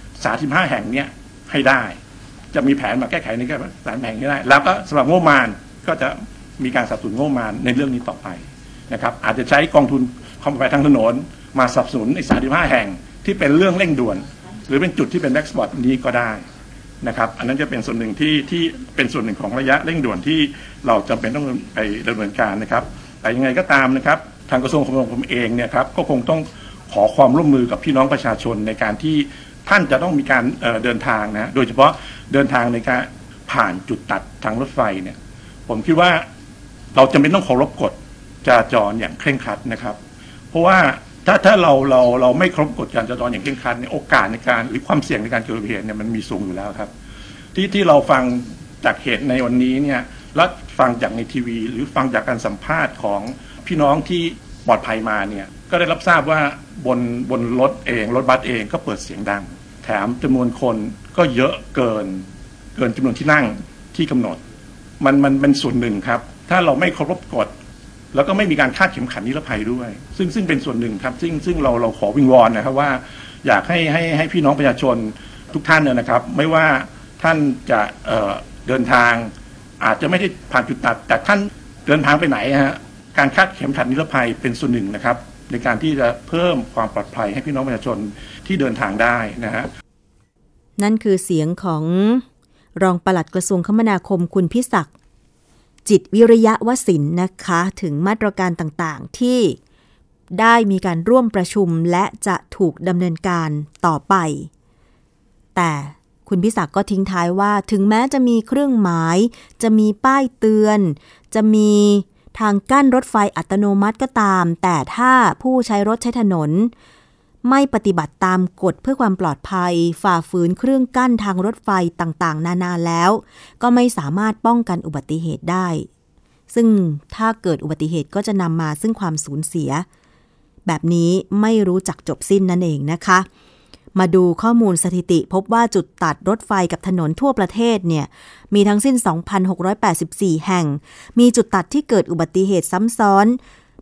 35แห่งเนี้ยให้ได้จะมีแผนมาแก้ไขในแก้35แห่งให้ได้แล้วก็สำหรับงบประมาณก็จะมีการสนับสนุนงบประมาณในเรื่องนี้ต่อไปนะครับอาจจะใช้กองทุนความปลอดภัยทางถนนมาสนับสนุนใน35แห่งที่เป็นเรื่องเร่งด่วนหรือเป็นจุดที่เป็นแบ็กสปอตนี้ก็ได้นะครับอันนั้นจะเป็นส่วนหนึ่งที่เป็นส่วนหนึ่งของระยะเร่งด่วนที่เราจำเป็นต้องไปดำเนินการนะครับแต่ยังไงก็ตามนะครับทางกระทรวงคมนาคมเองเนี่ยครับก็คงต้องขอความร่วมมือกับพี่น้องประชาชนในการที่ท่านจะต้องมีการเดินทางนะโดยเฉพาะเดินทางในการผ่านจุดตัดทางรถไฟเนี่ยผมคิดว่าเราจำเป็นต้องเคารพกฎจราจรอย่างเคร่งครัดนะครับเพราะว่าถ้าเราไม่เคารพกฎการจราจรอย่างเคร่งครัดเนี่ยโอกาสในการหรือความเสี่ยงในการเกิดอุบัติเหตุเนี่ยมันมีสูงอยู่แล้วครับที่เราฟังจากเหตุในวันนี้เนี่ยแล้วฟังจากในทีวีหรือฟังจากการสัมภาษณ์ของพี่น้องที่ปลอดภัยมาเนี่ยก็ได้รับทราบว่าบนรถเองรถบัสเองก็เปิดเสียงดังแถมจำนวนคนก็เยอะเกินจำนวนที่นั่งที่กำหนดมันเป็นส่วนหนึ่งครับถ้าเราไม่เคารพกฎแล้วก็ไม่มีการคาดเข็มขัดนิรภัยด้วยซึ่งเป็นส่วนหนึ่งครับซึ่งเราขอวิงวอนนะครับว่าอยากให้พี่น้องประชาชนทุกท่านเนี่ยนะครับไม่ว่าท่านจะเดินทางอาจจะไม่ได้ผ่านจุดตัดแต่ท่านเดินทางไปไหนฮะการคาดเข็มขัดนิรภัยเป็นส่วนหนึ่งนะครับในการที่จะเพิ่มความปลอดภัยให้พี่น้องประชาชนที่เดินทางได้นะฮะนั่นคือเสียงของรองปลัดกระทรวงคมนาคมคุณพิศักดิ์จิตวิริยะวศิลป์นะคะถึงมาตรการต่างๆที่ได้มีการร่วมประชุมและจะถูกดำเนินการต่อไปแต่คุณพิศักดิ์ก็ทิ้งท้ายว่าถึงแม้จะมีเครื่องหมายจะมีป้ายเตือนจะมีทางกั้นรถไฟอัตโนมัติก็ตามแต่ถ้าผู้ใช้รถใช้ถนนไม่ปฏิบัติตามกฎเพื่อความปลอดภัยฝ่าฝืนเครื่องกั้นทางรถไฟต่างๆนานาแล้วก็ไม่สามารถป้องกันอุบัติเหตุได้ซึ่งถ้าเกิดอุบัติเหตุก็จะนำมาซึ่งความสูญเสียแบบนี้ไม่รู้จักจบสิ้นนั่นเองนะคะมาดูข้อมูลสถิติพบว่าจุดตัดรถไฟกับถนนทั่วประเทศเนี่ยมีทั้งสิ้น 2,684 แห่งมีจุดตัดที่เกิดอุบัติเหตุซ้ำซ้อน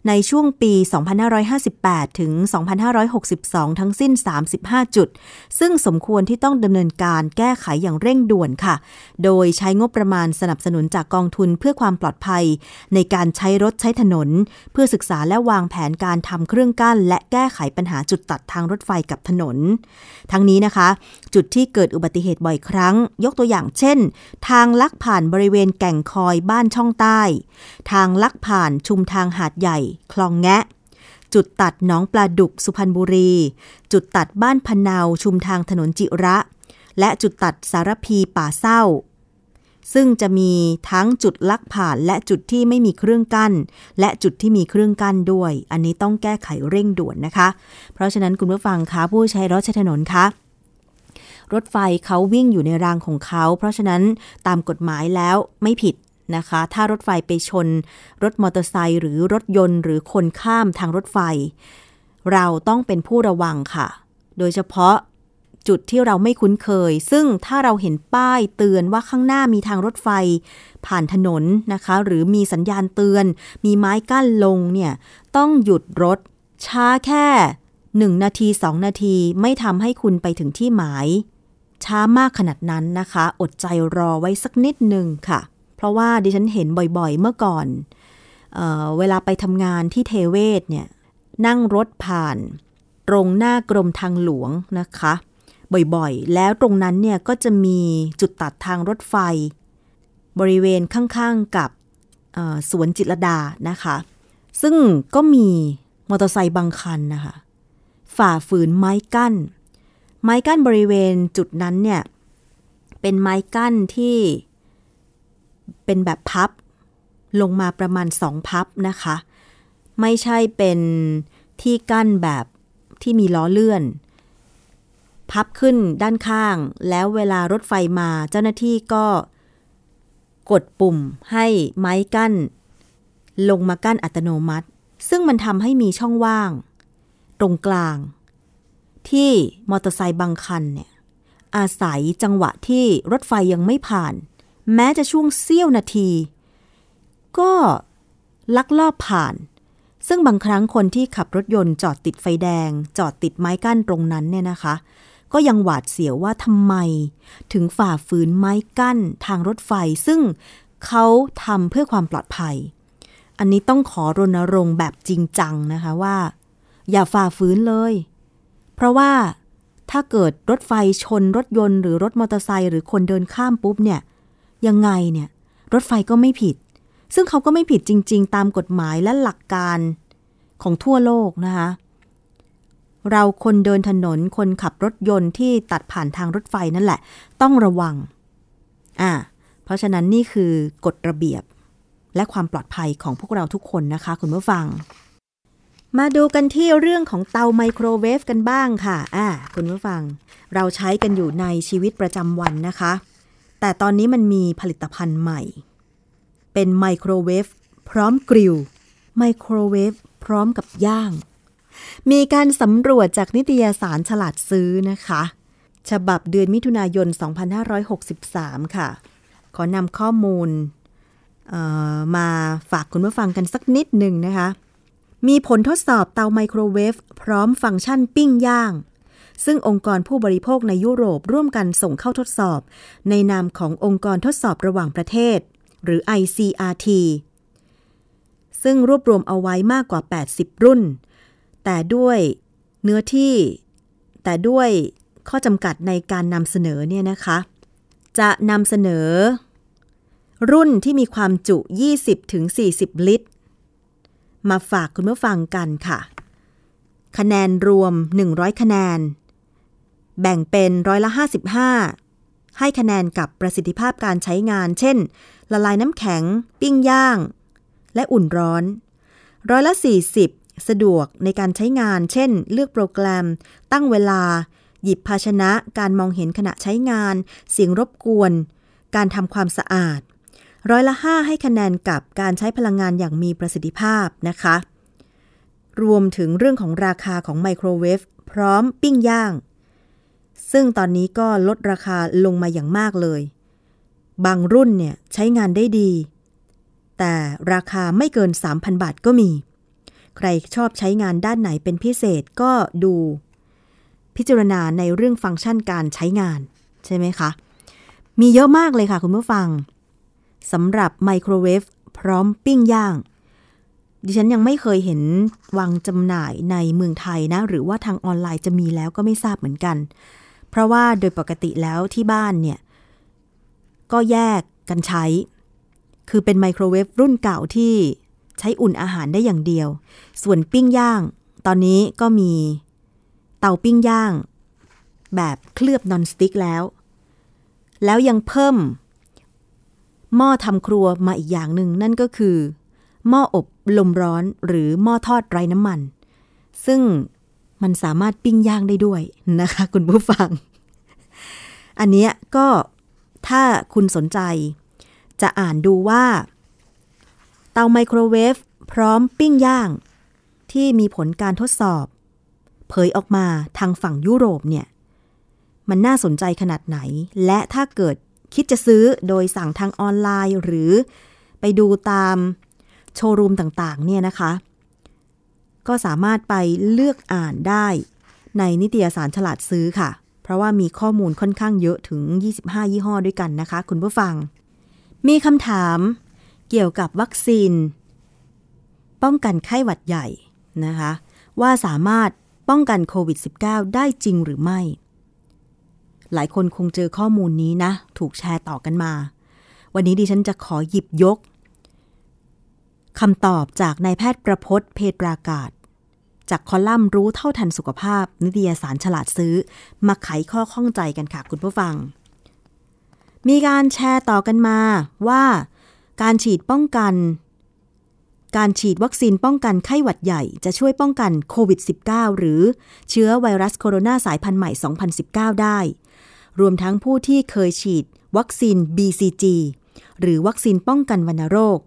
ในช่วงปี 2558 ถึง 2562 ทั้งสิ้น 35 จุดซึ่งสมควรที่ต้องดำเนินการแก้ไขอย่างเร่งด่วนค่ะโดยใช้งบประมาณสนับสนุนจากกองทุนเพื่อความปลอดภัยในการใช้รถใช้ถนนเพื่อศึกษาและวางแผนการทำเครื่องกั้นและแก้ไขปัญหาจุดตัดทางรถไฟกับถนนทั้งนี้นะคะจุดที่เกิดอุบัติเหตุบ่อยครั้งยกตัวอย่างเช่นทางลักผ่านบริเวณแก่งคอยบ้านช่องใต้ทางลักผ่านชุมทางหาดใหญ่คลองแงะจุดตัดหนองปลาดุกสุพรรณบุรีจุดตัดบ้านพะเนาชุมทางถนนจิระและจุดตัดสารพีป่าเศร้าซึ่งจะมีทั้งจุดลักผ่านและจุดที่ไม่มีเครื่องกั้นและจุดที่มีเครื่องกั้นด้วยอันนี้ต้องแก้ไขเร่งด่วนนะคะเพราะฉะนั้นคุณผู้ฟังคะผู้ใช้รถใช้ถนนคะรถไฟเขาวิ่งอยู่ในรางของเขาเพราะฉะนั้นตามกฎหมายแล้วไม่ผิดนะคะถ้ารถไฟไปชนรถมอเตอร์ไซค์หรือรถยนต์หรือคนข้ามทางรถไฟเราต้องเป็นผู้ระวังค่ะโดยเฉพาะจุดที่เราไม่คุ้นเคยซึ่งถ้าเราเห็นป้ายเตือนว่าข้างหน้ามีทางรถไฟผ่านถนนนะคะหรือมีสัญญาณเตือนมีไม้กั้นลงเนี่ยต้องหยุดรถช้าแค่1 นาที 2 นาทีไม่ทำให้คุณไปถึงที่หมายช้ามากขนาดนั้นนะคะอดใจรอไว้สักนิดนึงค่ะเพราะว่าดิฉันเห็นบ่อยๆเมื่อก่อนเวลาไปทำงานที่เทเวศเนี่ยนั่งรถผ่านตรงหน้ากรมทางหลวงนะคะบ่อยๆแล้วตรงนั้นเนี่ยก็จะมีจุดตัดทางรถไฟบริเวณข้างๆกับสวนจิตรลดานะคะซึ่งก็มีมอเตอร์ไซค์บางคันนะคะฝ่าฝืนไม้กั้นบริเวณจุดนั้นเนี่ยเป็นไม้กั้นที่เป็นแบบพับลงมาประมาณ2พับนะคะไม่ใช่เป็นที่กั้นแบบที่มีล้อเลื่อนพับขึ้นด้านข้างแล้วเวลารถไฟมาเจ้าหน้าที่ก็กดปุ่มให้ไม้กั้นลงมากั้นอัตโนมัติซึ่งมันทำให้มีช่องว่างตรงกลางที่มอเตอร์ไซค์บางคันเนี่ยอาศัยจังหวะที่รถไฟยังไม่ผ่านแม้จะช่วงเสี้ยวนาทีก็ลักลอบผ่านซึ่งบางครั้งคนที่ขับรถยนต์จอดติดไฟแดงจอดติดไม้กั้นตรงนั้นเนี่ยนะคะก็ยังหวาดเสียวว่าทำไมถึงฝ่าฝืนไม้กั้นทางรถไฟซึ่งเขาทำเพื่อความปลอดภัยอันนี้ต้องขอรณรงค์แบบจริงจังนะคะว่าอย่าฝ่าฝืนเลยเพราะว่าถ้าเกิดรถไฟชนรถยนต์หรือรถมอเตอร์ไซค์หรือคนเดินข้ามปุ๊บเนี่ยยังไงเนี่ยรถไฟก็ไม่ผิดซึ่งเขาก็ไม่ผิดจริงๆตามกฎหมายและหลักการของทั่วโลกนะคะเราคนเดินถนนคนขับรถยนต์ที่ตัดผ่านทางรถไฟนั่นแหละต้องระวังเพราะฉะนั้นนี่คือกฎระเบียบและความปลอดภัยของพวกเราทุกคนนะคะคุณผู้ฟังมาดูกันที่เรื่องของเตาไมโครเวฟกันบ้างค่ะคุณผู้ฟังเราใช้กันอยู่ในชีวิตประจำวันนะคะแต่ตอนนี้มันมีผลิตภัณฑ์ใหม่เป็นไมโครเวฟพร้อมกริลไมโครเวฟพร้อมกับย่างมีการสำรวจจากนิตยสารฉลาดซื้อนะคะฉบับเดือนมิถุนายน 2563 ค่ะขอนำข้อมูลมาฝากคุณผู้ฟังกันสักนิดหนึ่งนะคะมีผลทดสอบเตาไมโครเวฟพร้อมฟังก์ชันปิ้งย่างซึ่งองค์กรผู้บริโภคในยุโรปร่วมกันส่งเข้าทดสอบในนามขององค์กรทดสอบระหว่างประเทศหรือ ICRT ซึ่งรวบรวมเอาไว้มากกว่า80รุ่นแต่ด้วยข้อจำกัดในการนำเสนอเนี่ยนะคะจะนำเสนอรุ่นที่มีความจุ 20-40 ลิตรมาฝากคุณผู้ฟังกันค่ะคะแนนรวม100คะแนนแบ่งเป็น55%ให้คะแนนกับประสิทธิภาพการใช้งานเช่นละลายน้ำแข็งปิ้งย่างและอุ่นร้อน40%สะดวกในการใช้งานเช่นเลือกโปรแกรมตั้งเวลาหยิบภาชนะการมองเห็นขณะใช้งานเสียงรบกวนการทำความสะอาด5%ให้คะแนนกับการใช้พลังงานอย่างมีประสิทธิภาพนะคะรวมถึงเรื่องของราคาของไมโครเวฟพร้อมปิ้งย่างซึ่งตอนนี้ก็ลดราคาลงมาอย่างมากเลยบางรุ่นเนี่ยใช้งานได้ดีแต่ราคาไม่เกิน 3,000 บาทก็มีใครชอบใช้งานด้านไหนเป็นพิเศษก็ดูพิจารณาในเรื่องฟังก์ชันการใช้งานใช่ไหมคะมีเยอะมากเลยค่ะคุณผู้ฟังสำหรับไมโครเวฟพร้อมปิ้งย่างดิฉันยังไม่เคยเห็นวางจำหน่ายในเมืองไทยนะหรือว่าทางออนไลน์จะมีแล้วก็ไม่ทราบเหมือนกันเพราะว่าโดยปกติแล้วที่บ้านเนี่ยก็แยกกันใช้คือเป็นไมโครเวฟรุ่นเก่าที่ใช้อุ่นอาหารได้อย่างเดียวส่วนปิ้งย่างตอนนี้ก็มีเตาปิ้งย่างแบบเคลือบนอนสติ๊กแล้วยังเพิ่มหม้อทำครัวมาอีกอย่างหนึ่งนั่นก็คือหม้ออบลมร้อนหรือหม้อทอดไร้น้ำมันซึ่งมันสามารถปิ้งย่างได้ด้วยนะคะคุณผู้ฟังอันเนี้ยก็ถ้าคุณสนใจจะอ่านดูว่าเตาไมโครเวฟพร้อมปิ้งย่างที่มีผลการทดสอบเผยออกมาทางฝั่งยุโรปเนี่ยมันน่าสนใจขนาดไหนและถ้าเกิดคิดจะซื้อโดยสั่งทางออนไลน์หรือไปดูตามโชว์รูมต่างๆเนี่ยนะคะก็สามารถไปเลือกอ่านได้ในนิตยสารฉลาดซื้อค่ะเพราะว่ามีข้อมูลค่อนข้างเยอะถึง25ยี่ห้อด้วยกันนะคะคุณผู้ฟังมีคำถามเกี่ยวกับวัคซีนป้องกันไข้หวัดใหญ่นะคะว่าสามารถป้องกันโควิด -19 ได้จริงหรือไม่หลายคนคงเจอข้อมูลนี้นะถูกแชร์ต่อกันมาวันนี้ดิฉันจะขอหยิบยกคำตอบจากนายแพทย์ประพจน์เพตรากาศจากคอลัมน์รู้เท่าทันสุขภาพนิตยสารฉลาดซื้อมาไขข้อข้องใจกันค่ะคุณผู้ฟังมีการแชร์ต่อกันมาว่าการฉีดวัคซีนป้องกันไข้หวัดใหญ่จะช่วยป้องกันโควิด -19 หรือเชื้อไวรัสโคโรนาสายพันธุ์ใหม่ 2019 ได้รวมทั้งผู้ที่เคยฉีดวัคซีน BCG หรือวัคซีนป้องกันวัณโรค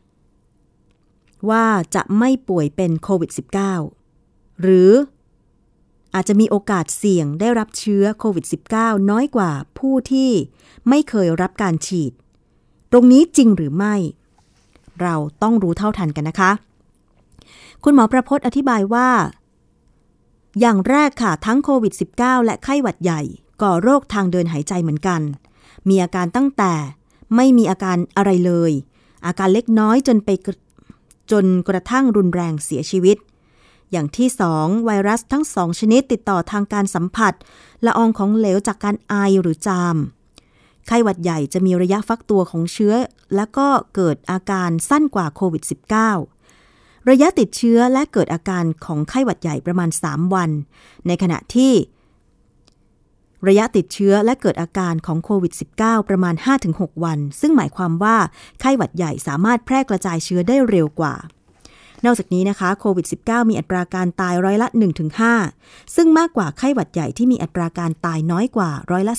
ว่าจะไม่ป่วยเป็นโควิด -19 หรืออาจจะมีโอกาสเสี่ยงได้รับเชื้อโควิด -19 น้อยกว่าผู้ที่ไม่เคยรับการฉีดตรงนี้จริงหรือไม่เราต้องรู้เท่าทันกันนะคะคุณหมอประพจน์อธิบายว่าอย่างแรกค่ะทั้งโควิด -19 และไข้หวัดใหญ่ก่อโรคทางเดินหายใจเหมือนกันมีอาการตั้งแต่ไม่มีอาการอะไรเลยอาการเล็กน้อยจนกระทั่งรุนแรงเสียชีวิตอย่างที่2ไวรัสทั้ง2ชนิดติดต่อทางการสัมผัสละอองของเหลวจากการไอหรือจามไข้หวัดใหญ่จะมีระยะฟักตัวของเชื้อและก็เกิดอาการสั้นกว่าโควิด -19 ระยะติดเชื้อและเกิดอาการของไข้หวัดใหญ่ประมาณ3วันในขณะที่ระยะติดเชื้อและเกิดอาการของโควิด -19 ประมาณ 5-6 วันซึ่งหมายความว่าไข้หวัดใหญ่สามารถแพร่กระจายเชื้อได้เร็วกว่านอกจากนี้นะคะโควิด -19 มีอัตราการตายร้อยละ 1-5 ซึ่งมากกว่าไข้หวัดใหญ่ที่มีอัตราการตายน้อยกว่าร้อยละ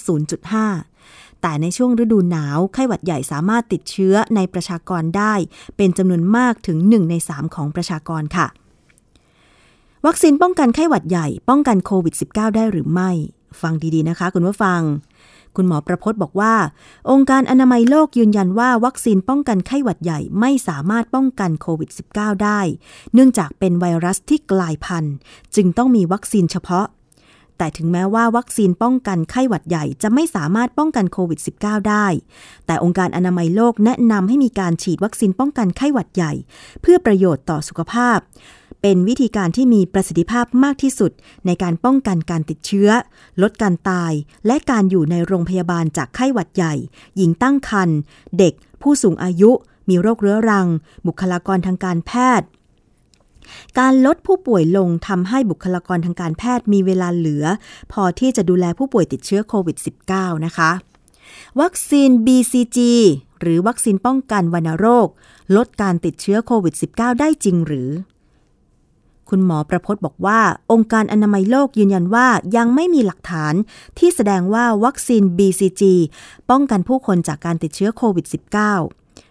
0.5 แต่ในช่วงฤดูหนาวไข้หวัดใหญ่สามารถติดเชื้อในประชากรได้เป็นจำนวนมากถึง 1 ใน 3 ของประชากรค่ะวัคซีนป้องกันไข้หวัดใหญ่ป้องกันโควิด -19 ได้หรือไม่ฟังดีๆนะคะคุณผู้ฟังคุณหมอประพจน์บอกว่าองค์การอนามัยโลกยืนยันว่าวัคซีนป้องกันไข้หวัดใหญ่ไม่สามารถป้องกันโควิด -19 ได้เนื่องจากเป็นไวรัสที่กลายพันธุ์จึงต้องมีวัคซีนเฉพาะแต่ถึงแม้ว่าวัคซีนป้องกันไข้หวัดใหญ่จะไม่สามารถป้องกันโควิด -19 ได้แต่องค์การอนามัยโลกแนะนำให้มีการฉีดวัคซีนป้องกันไข้หวัดใหญ่เพื่อประโยชน์ต่อสุขภาพเป็นวิธีการที่มีประสิทธิภาพมากที่สุดในการป้องกันการติดเชื้อลดการตายและการอยู่ในโรงพยาบาลจากไข้หวัดใหญ่หญิงตั้งครรภ์เด็กผู้สูงอายุมีโรคเรื้อรังบุคลากรทางการแพทย์การลดผู้ป่วยลงทำให้บุคลากรทางการแพทย์มีเวลาเหลือพอที่จะดูแลผู้ป่วยติดเชื้อโควิด -19 นะคะวัคซีน BCG หรือวัคซีนป้องกันวัณโรคลดการติดเชื้อโควิด -19 ได้จริงหรือคุณหมอประพจน์บอกว่าองค์การอนามัยโลกยืนยันว่ายังไม่มีหลักฐานที่แสดงว่าวัคซีน BCG ป้องกันผู้คนจากการติดเชื้อโควิด -19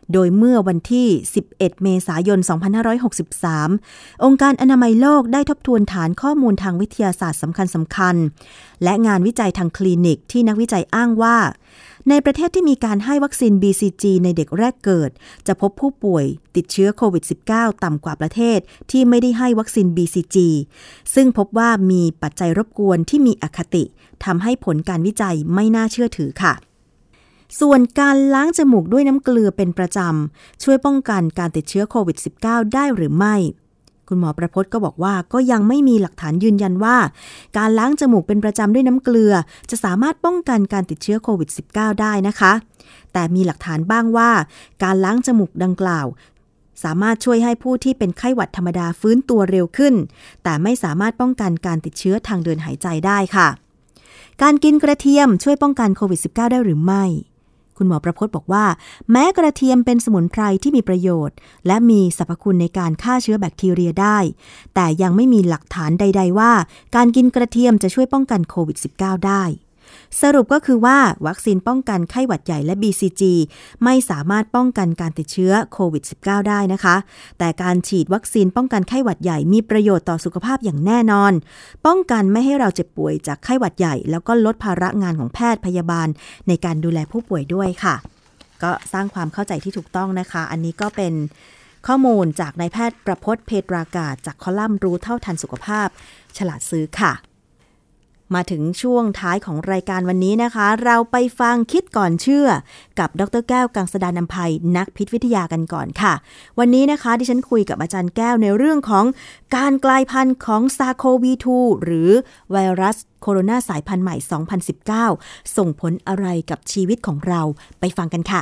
โดยเมื่อวันที่ 11 เมษายน 2563 องค์การอนามัยโลกได้ทบทวนฐานข้อมูลทางวิทยาศาสตร์สำคัญและงานวิจัยทางคลินิกที่นักวิจัยอ้างว่าในประเทศที่มีการให้วัคซีน BCG ในเด็กแรกเกิดจะพบผู้ป่วยติดเชื้อโควิด -19 ต่ำกว่าประเทศที่ไม่ได้ให้วัคซีน BCG ซึ่งพบว่ามีปัจจัยรบกวนที่มีอคติทำให้ผลการวิจัยไม่น่าเชื่อถือค่ะส่วนการล้างจมูกด้วยน้ำเกลือเป็นประจำช่วยป้องกันการติดเชื้อโควิด -19 ได้หรือไม่คุณหมอประพจน์ก็บอกว่าก็ยังไม่มีหลักฐานยืนยันว่าการล้างจมูกเป็นประจำด้วยน้ำเกลือจะสามารถป้องกันการติดเชื้อโควิด -19 ได้นะคะแต่มีหลักฐานบ้างว่าการล้างจมูกดังกล่าวสามารถช่วยให้ผู้ที่เป็นไข้หวัดธรรมดาฟื้นตัวเร็วขึ้นแต่ไม่สามารถป้องกันการติดเชื้อทางเดินหายใจได้ค่ะการกินกระเทียมช่วยป้องกันโควิด -19 ได้หรือไม่คุณหมอประพจน์บอกว่าแม้กระเทียมเป็นสมุนไพรที่มีประโยชน์และมีสรรพคุณในการฆ่าเชื้อแบคทีเรียได้แต่ยังไม่มีหลักฐานใดๆว่าการกินกระเทียมจะช่วยป้องกันโควิด -19 ได้สรุปก็คือว่าวัคซีนป้องกันไข้หวัดใหญ่และ BCG ไม่สามารถป้องกันการติดเชื้อโควิด -19 ได้นะคะแต่การฉีดวัคซีนป้องกันไข้หวัดใหญ่มีประโยชน์ต่อสุขภาพอย่างแน่นอนป้องกันไม่ให้เราเจ็บป่วยจากไข้หวัดใหญ่แล้วก็ลดภาระงานของแพทย์พยาบาลในการดูแลผู้ป่วยด้วยค่ะก็สร้างความเข้าใจที่ถูกต้องนะคะอันนี้ก็เป็นข้อมูลจากนายแพทย์ประพจน์เพตรากาศจากคอลัมน์รู้เท่าทันสุขภาพฉลาดซื้อค่ะมาถึงช่วงท้ายของรายการวันนี้นะคะเราไปฟังคิดก่อนเชื่อกับดร.แก้วกังสดาลอำไพนักพิษวิทยากันก่อนค่ะวันนี้นะคะดิฉันคุยกับอาจารย์แก้วในเรื่องของการกลายพันธุ์ของซาโควี 2 หรือไวรัสโคโรนาสายพันธุ์ใหม่ 2019 ส่งผลอะไรกับชีวิตของเราไปฟังกันค่ะ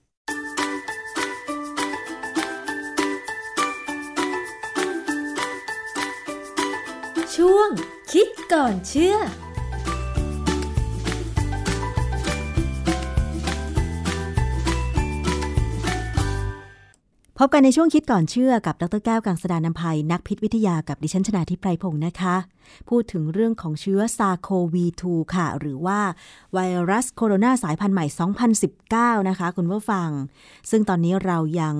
ช่วงคิดก่อนเชื่อพบกันในช่วงคิดก่อนเชื่อกับดร.แก้วกังสดาลอำไพนักพิษวิทยากับดิฉันชนาธิปไพรพงศ์นะคะพูดถึงเรื่องของเชื้อซาโควี 2 ค่ะหรือว่าไวรัสโคโรนาสายพันธุ์ใหม่ 2019 นะคะคุณผู้ฟังซึ่งตอนนี้เรายัง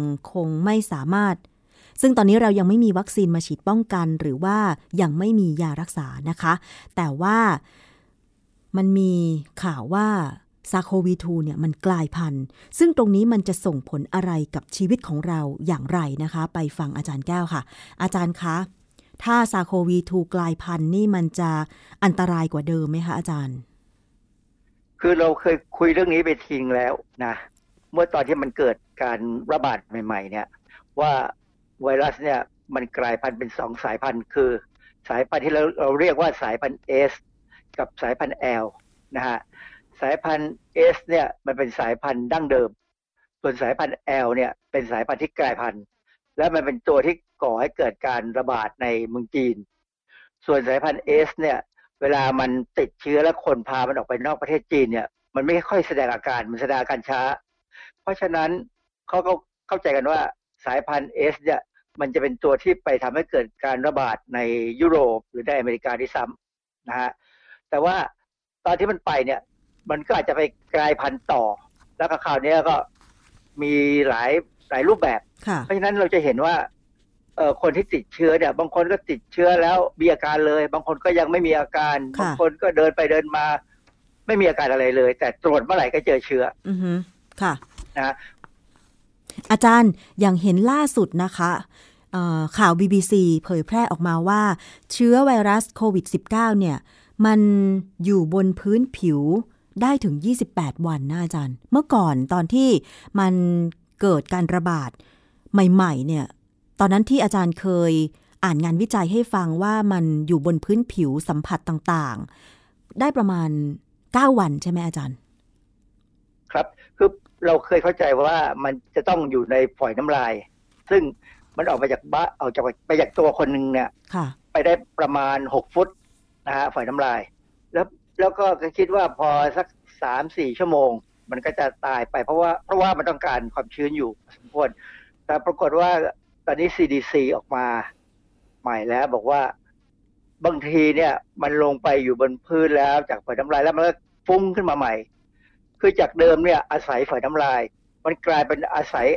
ไม่มีวัคซีนมาฉีดป้องกันหรือว่ายังไม่มียารักษานะคะแต่ว่ามันมีข่าวว่าซาโควี 2 เนี่ยมันกลายพันธุ์ซึ่งตรงนี้มันจะส่งผลอะไรกับชีวิตของเราอย่างไรนะคะไปฟังอาจารย์แก้วค่ะอาจารย์คะถ้าซาโควี 2 กลายพันธุ์นี่มันจะอันตรายกว่าเดิมไหมคะอาจารย์คือเราเคยคุยเรื่องนี้ไปทิ้งแล้วนะเมื่อตอนที่มันเกิดการระบาดใหม่ๆเนี่ยว่าไวรัสเนี่ยมันกลายพันธุ์เป็น2สายพันธุ์คือสายพันธุ์ที่เราเรียกว่าสายพันธุ์ S กับสายพันธุ์ L นะฮะสายพันธุ์ S เนี่ยมันเป็นสายพันธุ์ดั้งเดิมส่วนสายพันธุ์ L เนี่ยเป็นสายพันธุ์ที่กลายพันธุ์และมันเป็นตัวที่ก่อให้เกิดการระบาดในเมืองจีนส่วนสายพันธุ์ S เนี่ยเวลามันติดเชื้อแล้วคนพามันออกไปนอกประเทศจีนเนี่ยมันไม่ค่อยแสดงอาการมันแสดงอาการช้าเพราะฉะนั้นเขาก็เข้าใจกันว่าสายพันธุ์ S เนี่ยมันจะเป็นตัวที่ไปทำให้เกิดการระบาดในยุโรปหรือในอเมริกาที่ซ้ำนะฮะแต่ว่าตอนที่มันไปเนี่ยมันก็อาจจะไปกลายพันธุ์ต่อแล้วก็คราวนี้ก็มีหลายรูปแบบเพราะฉะนั้นเราจะเห็นว่าคนที่ติดเชื้อเนี่ยบางคนก็ติดเชื้อแล้วมีอาการเลยบางคนก็ยังไม่มีอาการบางคนก็เดินไปเดินมาไม่มีอาการอะไรเลยแต่ตรวจเมื่อไหร่ก็เจอเชื้อค่ะนะอาจารย์อย่างเห็นล่าสุดนะคะข่าว BBC เผยแพร่ออกมาว่าเชื้อไวรัสโควิด -19 เนี่ยมันอยู่บนพื้นผิวได้ถึง28วันนะอาจารย์เมื่อก่อนตอนที่มันเกิดการระบาดใหม่ๆเนี่ยตอนนั้นที่อาจารย์เคยอ่านงานวิจัยให้ฟังว่ามันอยู่บนพื้นผิวสัมผัสต่างๆได้ประมาณ9วันใช่ไหมอาจารย์ครับคือเราเคยเข้าใจว่ามันจะต้องอยู่ในฝอยน้ำลายซึ่งมันออกไปจากตัวคนหนึ่งเนี่ยไปได้ประมาณ6ฟุตนะฮะฝอยน้ำลายแล้วก็คิดว่าพอสัก 3-4 ชั่วโมงมันก็จะตายไปเพราะว่ามันต้องการความชื้นอยู่สมควรแต่ปรากฏว่าตอนนี้ CDC ออกมาใหม่แล้วบอกว่าบางทีเนี่ยมันลงไปอยู่บนพื้นแล้วจากฝอยน้ำลายแล้วมันก็ฟุ้งขึ้นมาใหม่คือจากเดิมเนี่ยอาศัยฝอยน้ำลายมันกลายเป็นอาศัย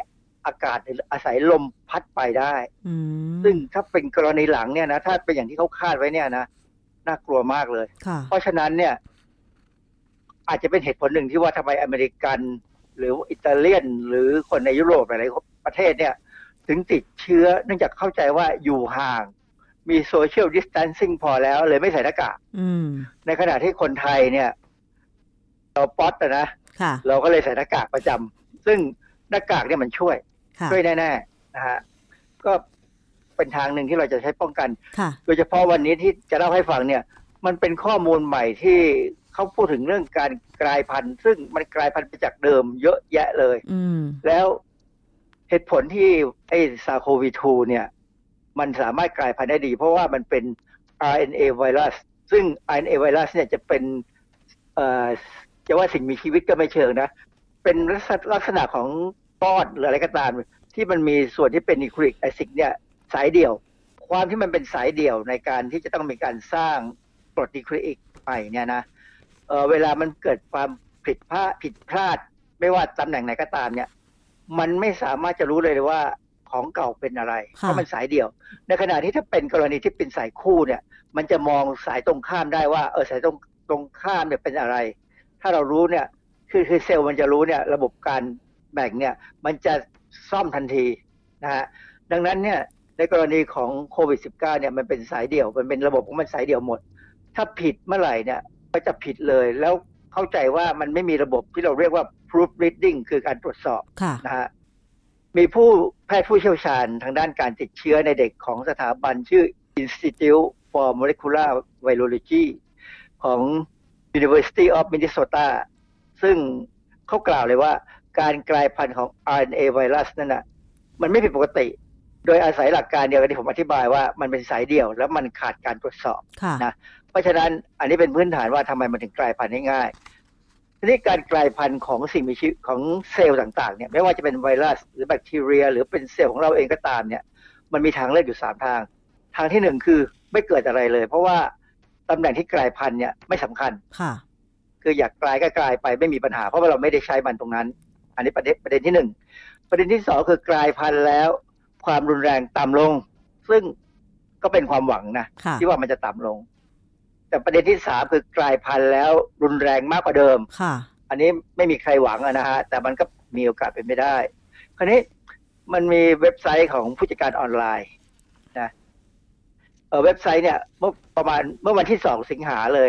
อากาศอาศัยลมพัดไปได้ซึ่งถ้าเป็นกรณีหลังเนี่ยนะถ้าเป็นอย่างที่เขาคาดไว้เนี่ยนะน่ากลัวมากเลยเพราะฉะนั้นเนี่ยอาจจะเป็นเหตุผลหนึ่งที่ว่าทำไมอเมริกันหรืออิตาเลียนหรือคนในยุโรปหลายประเทศเนี่ยถึงติดเชื้อเนื่องจากเข้าใจว่าอยู่ห่างมีโซเชียลดิสแทนซิ่งพอแล้วเลยไม่ใส่หน้ากากในขณะที่คนไทยเนี่ยเราป๊อตนะเราก็เลยใส่หน้ากากประจำซึ่งหน้ากากเนี่ยมันช่วยแน่ๆนะฮะก็เป็นทางหนึ่งที่เราจะใช้ป้องกันโดยเฉพาะวันนี้ที่จะเล่าให้ฟังเนี่ยมันเป็นข้อมูลใหม่ที่เขาพูดถึงเรื่องการกลายพันธุ์ซึ่งมันกลายพันธุ์ไปจากเดิมเยอะแยะเลยแล้วเหตุผลที่ไอ้ซาโควี2เนี่ยมันสามารถกลายพันธุ์ได้ดีเพราะว่ามันเป็น RNA ไวรัสซึ่ง RNA ไวรัสเนี่ยจะเป็นจะว่าสิ่งมีชีวิตก็ไม่เชิงนะเป็นลักษณะของก้อนหรืออะไรก็ตามที่มันมีส่วนที่เป็นนิวคลีอิกแอซิดเนี่ยสายเดี่ยวความที่มันเป็นสายเดี่ยวในการที่จะต้องมีการสร้างกรดนิวคลีอิกใหม่เนี่ยนะเวลามันเกิดความผิดพลาดไม่ว่าตำแหน่งไหนก็ตามเนี่ยมันไม่สามารถจะรู้เลยว่าของเก่าเป็นอะไรเพราะมันสายเดี่ยวในขณะที่ถ้าเป็นกรณีที่เป็นสายคู่เนี่ยมันจะมองสายตรงข้ามได้ว่าสายตรงข้ามเนี่ยเป็นอะไรถ้าเรารู้เนี่ยคือเซลล์มันจะรู้เนี่ยระบบการแบ่งเนี่ยมันจะซ่อมทันทีนะฮะดังนั้นเนี่ยในกรณีของโควิด -19 เนี่ยมันเป็นสายเดี่ยวมันเป็นระบบของมันสายเดี่ยวหมดถ้าผิดเมื่อไหร่เนี่ยก็จะผิดเลยแล้วเข้าใจว่ามันไม่มีระบบที่เราเรียกว่า proof reading คือการตรวจสอบนะฮะมีแพทย์ผู้เชี่ยวชาญทางด้านการติดเชื้อในเด็กของสถาบันชื่อ Institute for Molecular Virology ของ University of Minnesota ซึ่งเขากล่าวเลยว่าการกลายพันธุ์ของ RNA ไวรัสนั่นนะมันไม่ผิดปกติโดยอาศัยหลักการเดียวกันที่ผมอธิบายว่ามันเป็นสายเดี่ยวแล้วมันขาดการตรวจสอบนะเพราะฉะนั้นอันนี้เป็นพื้นฐานว่าทำไมมันถึงกลายพันธุ์ง่ายๆทีนี้การกลายพันธุ์ของสิ่งมีชีวิตของเซลล์ต่างๆเนี่ยไม่ว่าจะเป็นไวรัสหรือแบคทีเรียหรือเป็นเซลล์ของเราเองก็ตามเนี่ยมันมีทางเลือกอยู่3ทางทางที่1คือไม่เกิดอะไรเลยเพราะว่าตำแหน่งที่กลายพันธุ์เนี่ยไม่สำคัญคืออยากกลายก็กลายไปไม่มีปัญหาเพราะว่าเราไม่ได้ใช้มันตรงนั้นอันนี้ประเด็นที่1ประเด็นที่2คือกลายพันธุ์แล้วความรุนแรงต่ำลงซึ่งก็เป็นความหวังนะที่ว่ามันจะต่ำลงแต่ประเด็นที่3คือกลายพันธุ์แล้วรุนแรงมากกว่าเดิมอันนี้ไม่มีใครหวังนะฮะแต่มันก็มีโอกาสเป็นไม่ได้คราวนี้มันมีเว็บไซต์ของผู้จัดการออนไลน์นะเว็บไซต์เนี่ยเมื่อวันที่2สิงหาเลย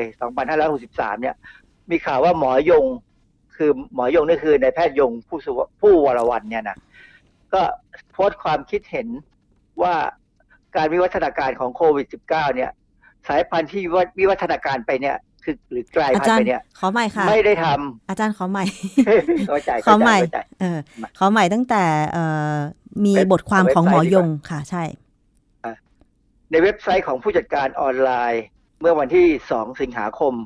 2563เนี่ยมีข่าวว่าหมอยงคือหมอยงนี่คือนายแพทย์ยงผู้วรวรรณเนี่ยนะก็โพสต์ความคิดเห็นว่าการวิวัฒนาการของโควิด -19 เนี่ยสายพันธุ์ที่วิวัฒนาการไปเนี่ยคือหรือกลายพันธุ์ไปเนี่ยขอใหม่ค่ะไม่ได้ทำอาจารย์ขอใหม่ขอใหม่ขอใหม่ตั้งแต่มีบทความของหมอยงค่ะใช่ในเว็บไซต์ของผู้จัดการออนไลน์เมื่อวันที่2สิงหาคม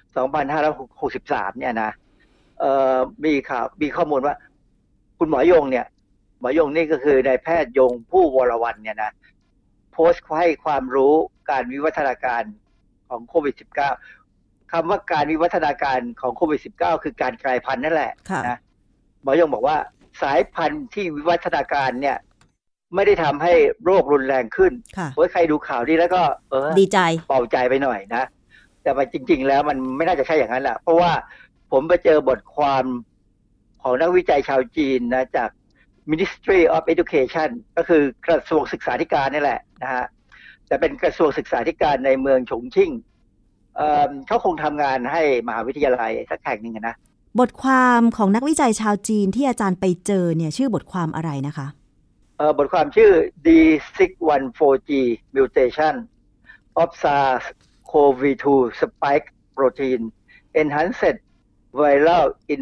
2563เนี่ยนะมีข้อมูลว่าคุณหมอยงเนี่ยหมอยงนี่ก็คือนายแพทย์ยงผู้วรวรรณเนี่ยนะโพสต์ให้ความรู้การวิวัฒนาการของโควิด -19 คำว่าการวิวัฒนาการของโควิด -19 คือการกลายพันธุ์นั่นแหละนะหมอยงบอกว่าสายพันธุ์ที่วิวัฒนาการเนี่ยไม่ได้ทำให้โรครุนแรงขึ้นใครดูข่าวนี้แล้วก็ดีใจเบาใจไปหน่อยนะแต่จริงๆแล้วมันไม่น่าจะใช่อย่างนั้นแหละเพราะว่าผมไปเจอบทความของนักวิจัยชาวจีนนะจาก Ministry of Education ก็คือกระทรวงศึกษาธิการนี่แหละนะฮะแต่เป็นกระทรวงศึกษาธิการในเมืองฉงชิ่งเขาคงทำงานให้มหาวิทยาลัยสักแห่งหนึ่งนะบทความของนักวิจัยชาวจีนที่อาจารย์ไปเจอเนี่ยชื่อบทความอะไรนะคะบทความชื่อ D614G mutation of SARS-CoV-2 spike protein enhanced viral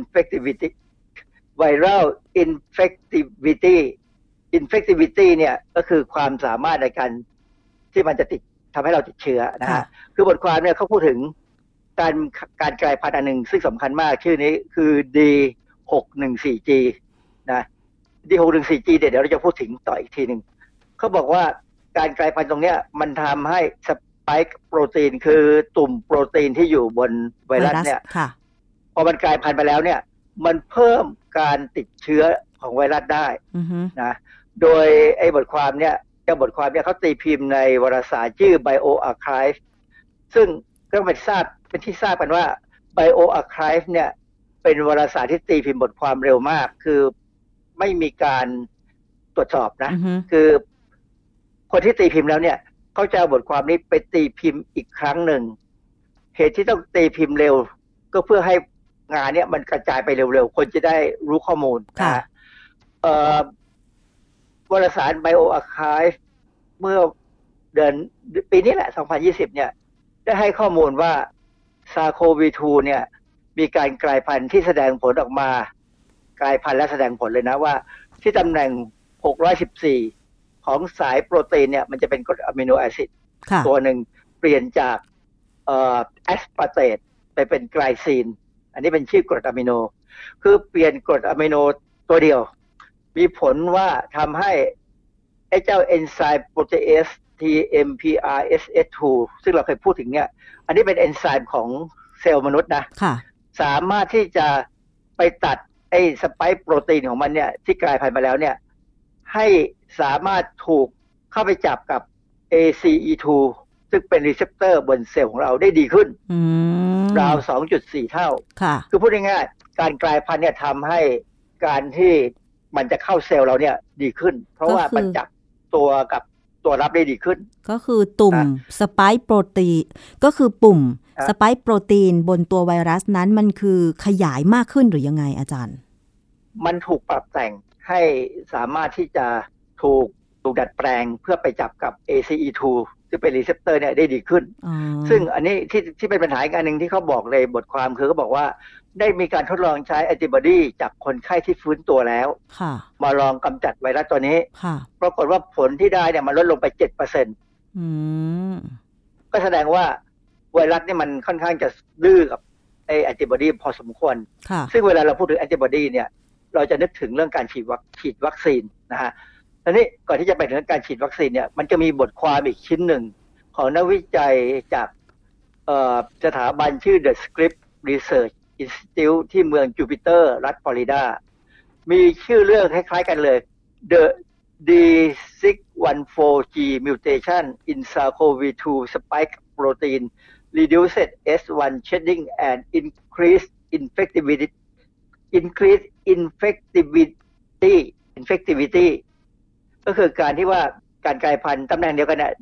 infectivity เนี่ยก็คือความสามารถในการที่มันจะทำให้เราติดเชื้อนะฮะคือบทความเนี่ยเขาพูดถึงการกลายพันธุ์อันหนึ่งซึ่งสำคัญมากชื่อนี้คือ D614G นะ D614G เดี๋ยวเราจะพูดถึงต่ออีกทีหนึ่งเขาบอกว่าการกลายพันธุ์ตรงเนี้ยมันทำให้สปายค์โปรตีนคือตุ่มโปรตีนที่อยู่บนไวรัสเนี่ยพอมันกลายพันธุ์ไปแล้วเนี่ยมันเพิ่มการติดเชื้อของไวรัสได้นะโดยไอ้บทความเนี่ยบทความเนี่ยเขาตีพิมพ์ในวารสารชื่อ bioRxiv ซึ่งก็เป็นที่ทราบกันว่า bioRxiv เนี่ยเป็นวารสารที่ตีพิมพ์บทความเร็วมากคือไม่มีการตรวจสอบนะคือคนที่ตีพิมพ์แล้วเนี่ยเขาจะเอาบทความนี้ไปตีพิมพ์อีกครั้งหนึ่งเหตุที่ต้องตีพิมพ์เร็วก็เพื่อให้งานเนี่ยมันกระจายไปเร็วๆคนจะได้รู้ข้อมูลนะวารสาร bioRxiv เมื่อเดือนปีนี้แหละ2020เนี่ยได้ให้ข้อมูลว่า SARS-CoV-2 เนี่ยมีการกลายพันธุ์ที่แสดงผลออกมากลายพันธุ์และแสดงผลเลยนะว่าที่ตำแหน่ง614ของสายโปรตีนเนี่ยมันจะเป็นกรดอะมิโนแอซิดตัวหนึ่งเปลี่ยนจากแอสปาร์เตตไปเป็นไกลซีนอันนี้เป็นชื่อกรดอะมิโนคือเปลี่ยนกรดอะมิโนตัวเดียวมีผลว่าทำให้ไอ้เจ้าเอนไซม์โปรตีเอส TMPRSS2 ซึ่งเราเคยพูดถึงเนี่ยอันนี้เป็นเอนไซม์ของเซลล์มนุษย์นะสามารถที่จะไปตัดไอ้สไปค์โปรตีนของมันเนี่ยที่กลายพันธุ์มาแล้วเนี่ยให้สามารถถูกเข้าไปจับกับ ACE2 ซึ่งเป็นรีเซพเตอร์บนเซลล์ของเราได้ดีขึ้นราว 2.4 เท่าคือพูดง่ายๆการกลายพันธุ์เนี่ยทำให้การที่มันจะเข้าเซลล์เราเนี่ยดีขึ้นเพราะว่ามันจับตัวกับตัวรับได้ดีขึ้นก็คือตุ่มสไปค์โปรตีนก็คือปุ่มสไปค์โปรตีนบนตัวไวรัสนั้นมันคือขยายมากขึ้นหรือยังไงอาจารย์มันถูกปรับแต่งให้สามารถที่จะถูกดัดแปลงเพื่อไปจับกับ ACE2 ซึ่งเป็นรีเซพเตอร์เนี่ยได้ดีขึ้นซึ่งอันนี้ที่เป็นปัญหาอีกอันนึงที่เขาบอกในบทความคือเขาบอกว่าได้มีการทดลองใช้แอนติบอดีจากคนไข้ที่ฟื้นตัวแล้วมาลองกำจัดไวรัสตัวนี้ปรากฏว่าผลที่ได้เนี่ยมันลดลงไป 7% ก็แสดงว่าไวรัสนี่มันค่อนข้างจะดื้อกับไอแอนติบอดีพอสมควรซึ่งเวลาเราพูดถึงแอนติบอดีเนี่ยเราจะนึกถึงเรื่องการฉีดวัคซีนนะฮะทีนี้ก่อนที่จะไปถึงการฉีดวัคซีนเนี่ยมันจะมีบทความอีกชิ้นหนึ่งของนักวิจัยจากสถาบันชื่อ The Scripps Research Institute ที่เมืองจูปิเตอร์รัฐฟลอริดามีชื่อเรื่องคล้ายๆกันเลย The D614G mutation in SARS-CoV-2 spike protein reduces S1 shedding and increased infectivity ก็คือการที่ว่าการกลายพันธุ์ตำแหน่งเดียวกันเนี่ย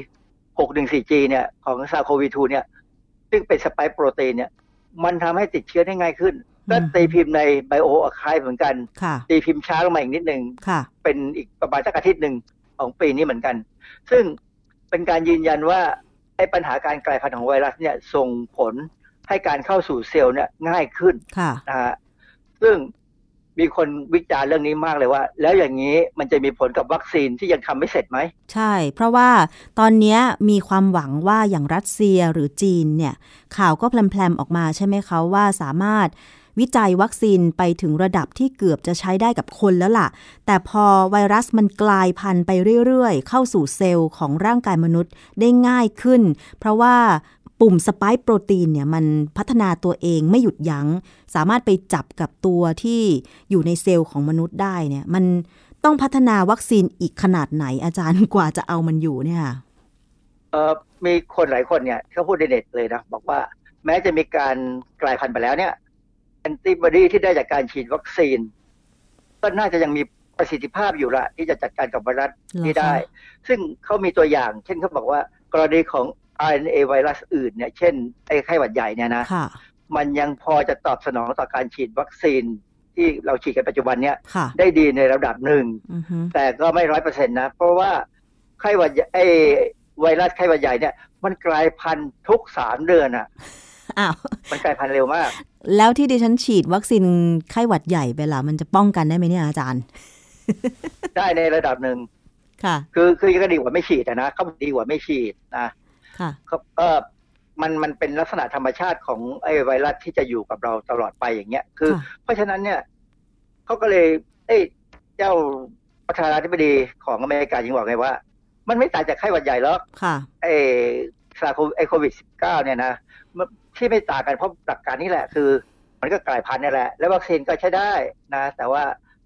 D614G เนี่ยของ SARS-CoV-2 เนี่ยซึ่งเป็นสไปค์โปรตีนเนี่ยมันทำให้ติดเชื้อได้ง่ายขึ้นก็ตีพิมพ์ใน bioRxiv เหมือนกันตีพิมพ์ช้าลงมาอีกนิดนึงเป็นอีกประมาณสักอาทิตย์นึงของปีนี้เหมือนกันซึ่งเป็นการยืนยันว่าไอ้ปัญหาการกลายพันธุ์ของไวรัสเนี่ยส่งผลให้การเข้าสู่เซลล์เนี่ยง่ายขึ้นนะฮะซึ่งมีคนวิจารณ์เรื่องนี้มากเลยว่าแล้วอย่างนี้มันจะมีผลกับวัคซีนที่ยังทำไม่เสร็จไหมใช่เพราะว่าตอนนี้มีความหวังว่าอย่างรัสเซียหรือจีนเนี่ยข่าวก็แพร่ๆออกมาใช่ไหมคะว่าสามารถวิจัยวัคซีนไปถึงระดับที่เกือบจะใช้ได้กับคนแล้วล่ะแต่พอไวรัสมันกลายพันธุ์ไปเรื่อยๆเข้าสู่เซลล์ของร่างกายมนุษย์ได้ง่ายขึ้นเพราะว่าปุ่มสไปค์โปรตีนเนี่ยมันพัฒนาตัวเองไม่หยุดยั้งสามารถไปจับกับตัวที่อยู่ในเซลล์ของมนุษย์ได้เนี่ยมันต้องพัฒนาวัคซีนอีกขนาดไหนอาจารย์กว่าจะเอามันอยู่เนี่ยมีคนหลายคนเนี่ยเขาพูดในเน็ตเลยนะบอกว่าแม้จะมีการกลายพันธุ์ไปแล้วเนี่ยแอนติบอดีที่ได้จากการฉีดวัคซีนก็น่าจะยังมีประสิทธิภาพอยู่ละที่จะจัดการกับไวรัสนี้ได้ซึ่งเขามีตัวอย่างเช่นเขาบอกว่ากรณีของ RNA ไวรัสอื่นเนี่ยเช่นไอ้ไข้หวัดใหญ่เนี่ยนะมันยังพอจะตอบสนองต่อการฉีดวัคซีนที่เราฉีดกันปัจจุบันเนี่ยได้ดีในระดับหนึ่งแต่ก็ไม่ 100% นะเพราะว่าไข้หวัดไอ้ไวรัสไข้หวัดใหญ่เนี่ยมันกลายพันธุ์ทุก3 เดือนอ่ะมันกลายพันธุ์เร็วมากแล้วที่ดิฉันฉีดวัคซีนไข้หวัดใหญ่ไปล่ะมันจะป้องกันได้ไหมเนี่ยอาจารย์ได้ในระดับหนึ่งค่ะคือก็ดีกว่าไม่ฉีดนะเขาดีกว่าไม่ฉีดนะค่ะมันเป็นลักษณะธรรมชาติของไอ้ไวรัสที่จะอยู่กับเราตลอดไปอย่างเงี้ยคือเพราะฉะนั้นเนี่ยเขาก็เลยเจ้าประธานาธิบดีของอเมริกายังบอกไงว่ามันไม่ต่างจากไข้หวัดใหญ่หรอกไอ้โควิด -19 เนี่ยนะที่ไม่ต่างกันเพราะหลักการนี้แหละคือมันก็กลายพันธุ์นี่แหละแล้ววัคซีนก็ใช้ได้นะแต่ว่า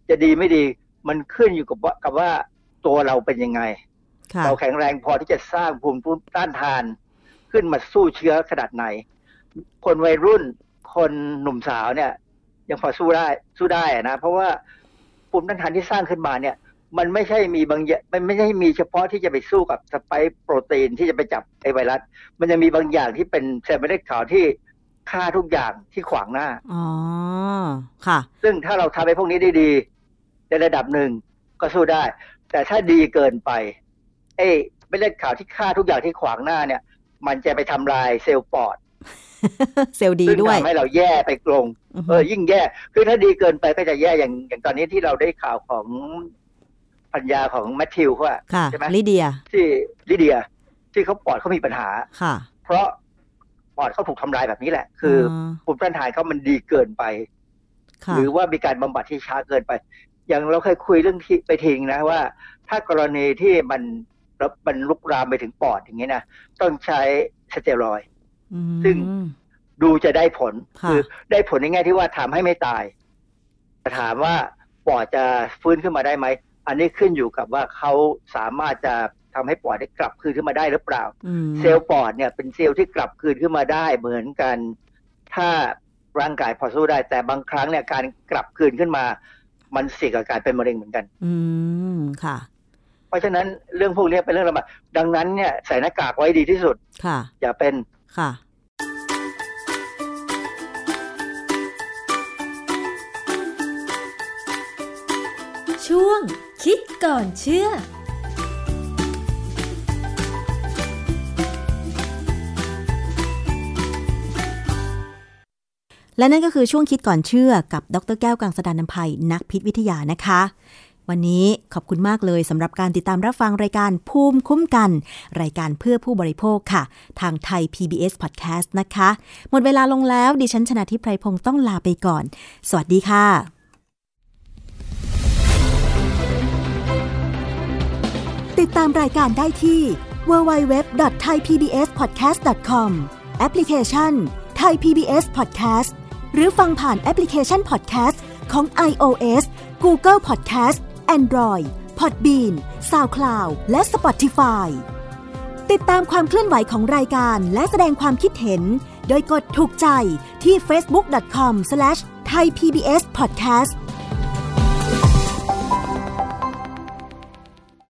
จะดีไม่ดีมันขึ้นอยู่กับว่าตัวเราเป็นยังไงเราแข็งแรงพอที่จะสร้างภูมิต้านทานขึ้นมาสู้เชื้อขนาดไหนคนวัยรุ่นคนหนุ่มสาวเนี่ยยังพอสู้ได้นะเพราะว่าภูมิต้านทานที่สร้างขึ้นมาเนี่ยมันไม่ใช่มีบางอย่างมันไม่ใช่มีเฉพาะที่จะไปสู้กับสไปค์โปรตีนที่จะไปจับไอไวรัสมันจะมีบางอย่างที่เป็นเซลล์เม็ดเลือดขาวที่ฆ่าทุกอย่างที่ขวางหน้าอ๋อค่ะซึ่งถ้าเราทำไอ้พวกนี้ได้ดีในระดับหนึ่งก็สู้ได้แต่ถ้าดีเกินไปไอ้เม็ดเลือดขาวที่ฆ่าทุกอย่างที่ขวางหน้าเนี่ยมันจะไปทำลายเซลล์ปอดเซลล์ดีด้วยทำให้เราแย่ไปลงยิ่งแย่คือถ้าดีเกินไปก็จะแย่อย่างตอนนี้ที่เราได้ข่าวของภรรยาของแมทธิวเขาใช่ไหมลิเดียที่เขาปอดเขามีปัญหาเพราะปอดเขาถูกทำลายแบบนี้แหละคือภูมิต้านทานเขามันดีเกินไปหรือว่ามีการบำบัดที่ช้าเกินไปอย่างเราเคยคุยเรื่องที่ไปทิ้งนะว่าถ้ากรณีที่มันลุกรามไปถึงปอดอย่างนี้นะต้องใช้สเตียรอยด์ซึ่งดูจะได้ผลคือได้ผลในแง่ที่ว่าทำให้ไม่ตายแต่ถามว่าปอดจะฟื้นขึ้นมาได้ไหมอันนี้ขึ้นอยู่กับว่าเขาสามารถจะทำให้ปอดได้กลับคืนขึ้นมาได้หรือเปล่าเซลล์ปอดเนี่ยเป็นเซลล์ที่กลับคืนขึ้นมาได้เหมือนกันถ้าร่างกายพอสู้ได้แต่บางครั้งเนี่ยการกลับคืนขึ้นมามันเสี่ยงกับการเป็นมะเร็งเหมือนกันค่ะเพราะฉะนั้นเรื่องพวกนี้เป็นเรื่องระบาดดังนั้นเนี่ยใส่หน้ากากไว้ดีที่สุดค่ะอย่าเป็นค่ะช่วงคิดก่อนเชื่อและนั่นก็คือช่วงคิดก่อนเชื่อกับดร.แก้วกังสดาลอำไพนักพิษวิทยานะคะวันนี้ขอบคุณมากเลยสำหรับการติดตามรับฟังรายการภูมิคุ้มกันรายการเพื่อผู้บริโภคค่ะทางไทย PBS Podcast นะคะหมดเวลาลงแล้วดิฉันชนาธิป ไพรพงศ์ต้องลาไปก่อนสวัสดีค่ะติดตามรายการได้ที่ www.thaipbspodcast.com แอปพลิเคชัน Thai PBS Podcast หรือฟังผ่านแอปพลิเคชัน Podcast ของ iOS Google Podcast Android Podbean SoundCloud และ Spotify ติดตามความเคลื่อนไหวของรายการและแสดงความคิดเห็นโดยกดถูกใจที่ facebook.com/thaipbspodcast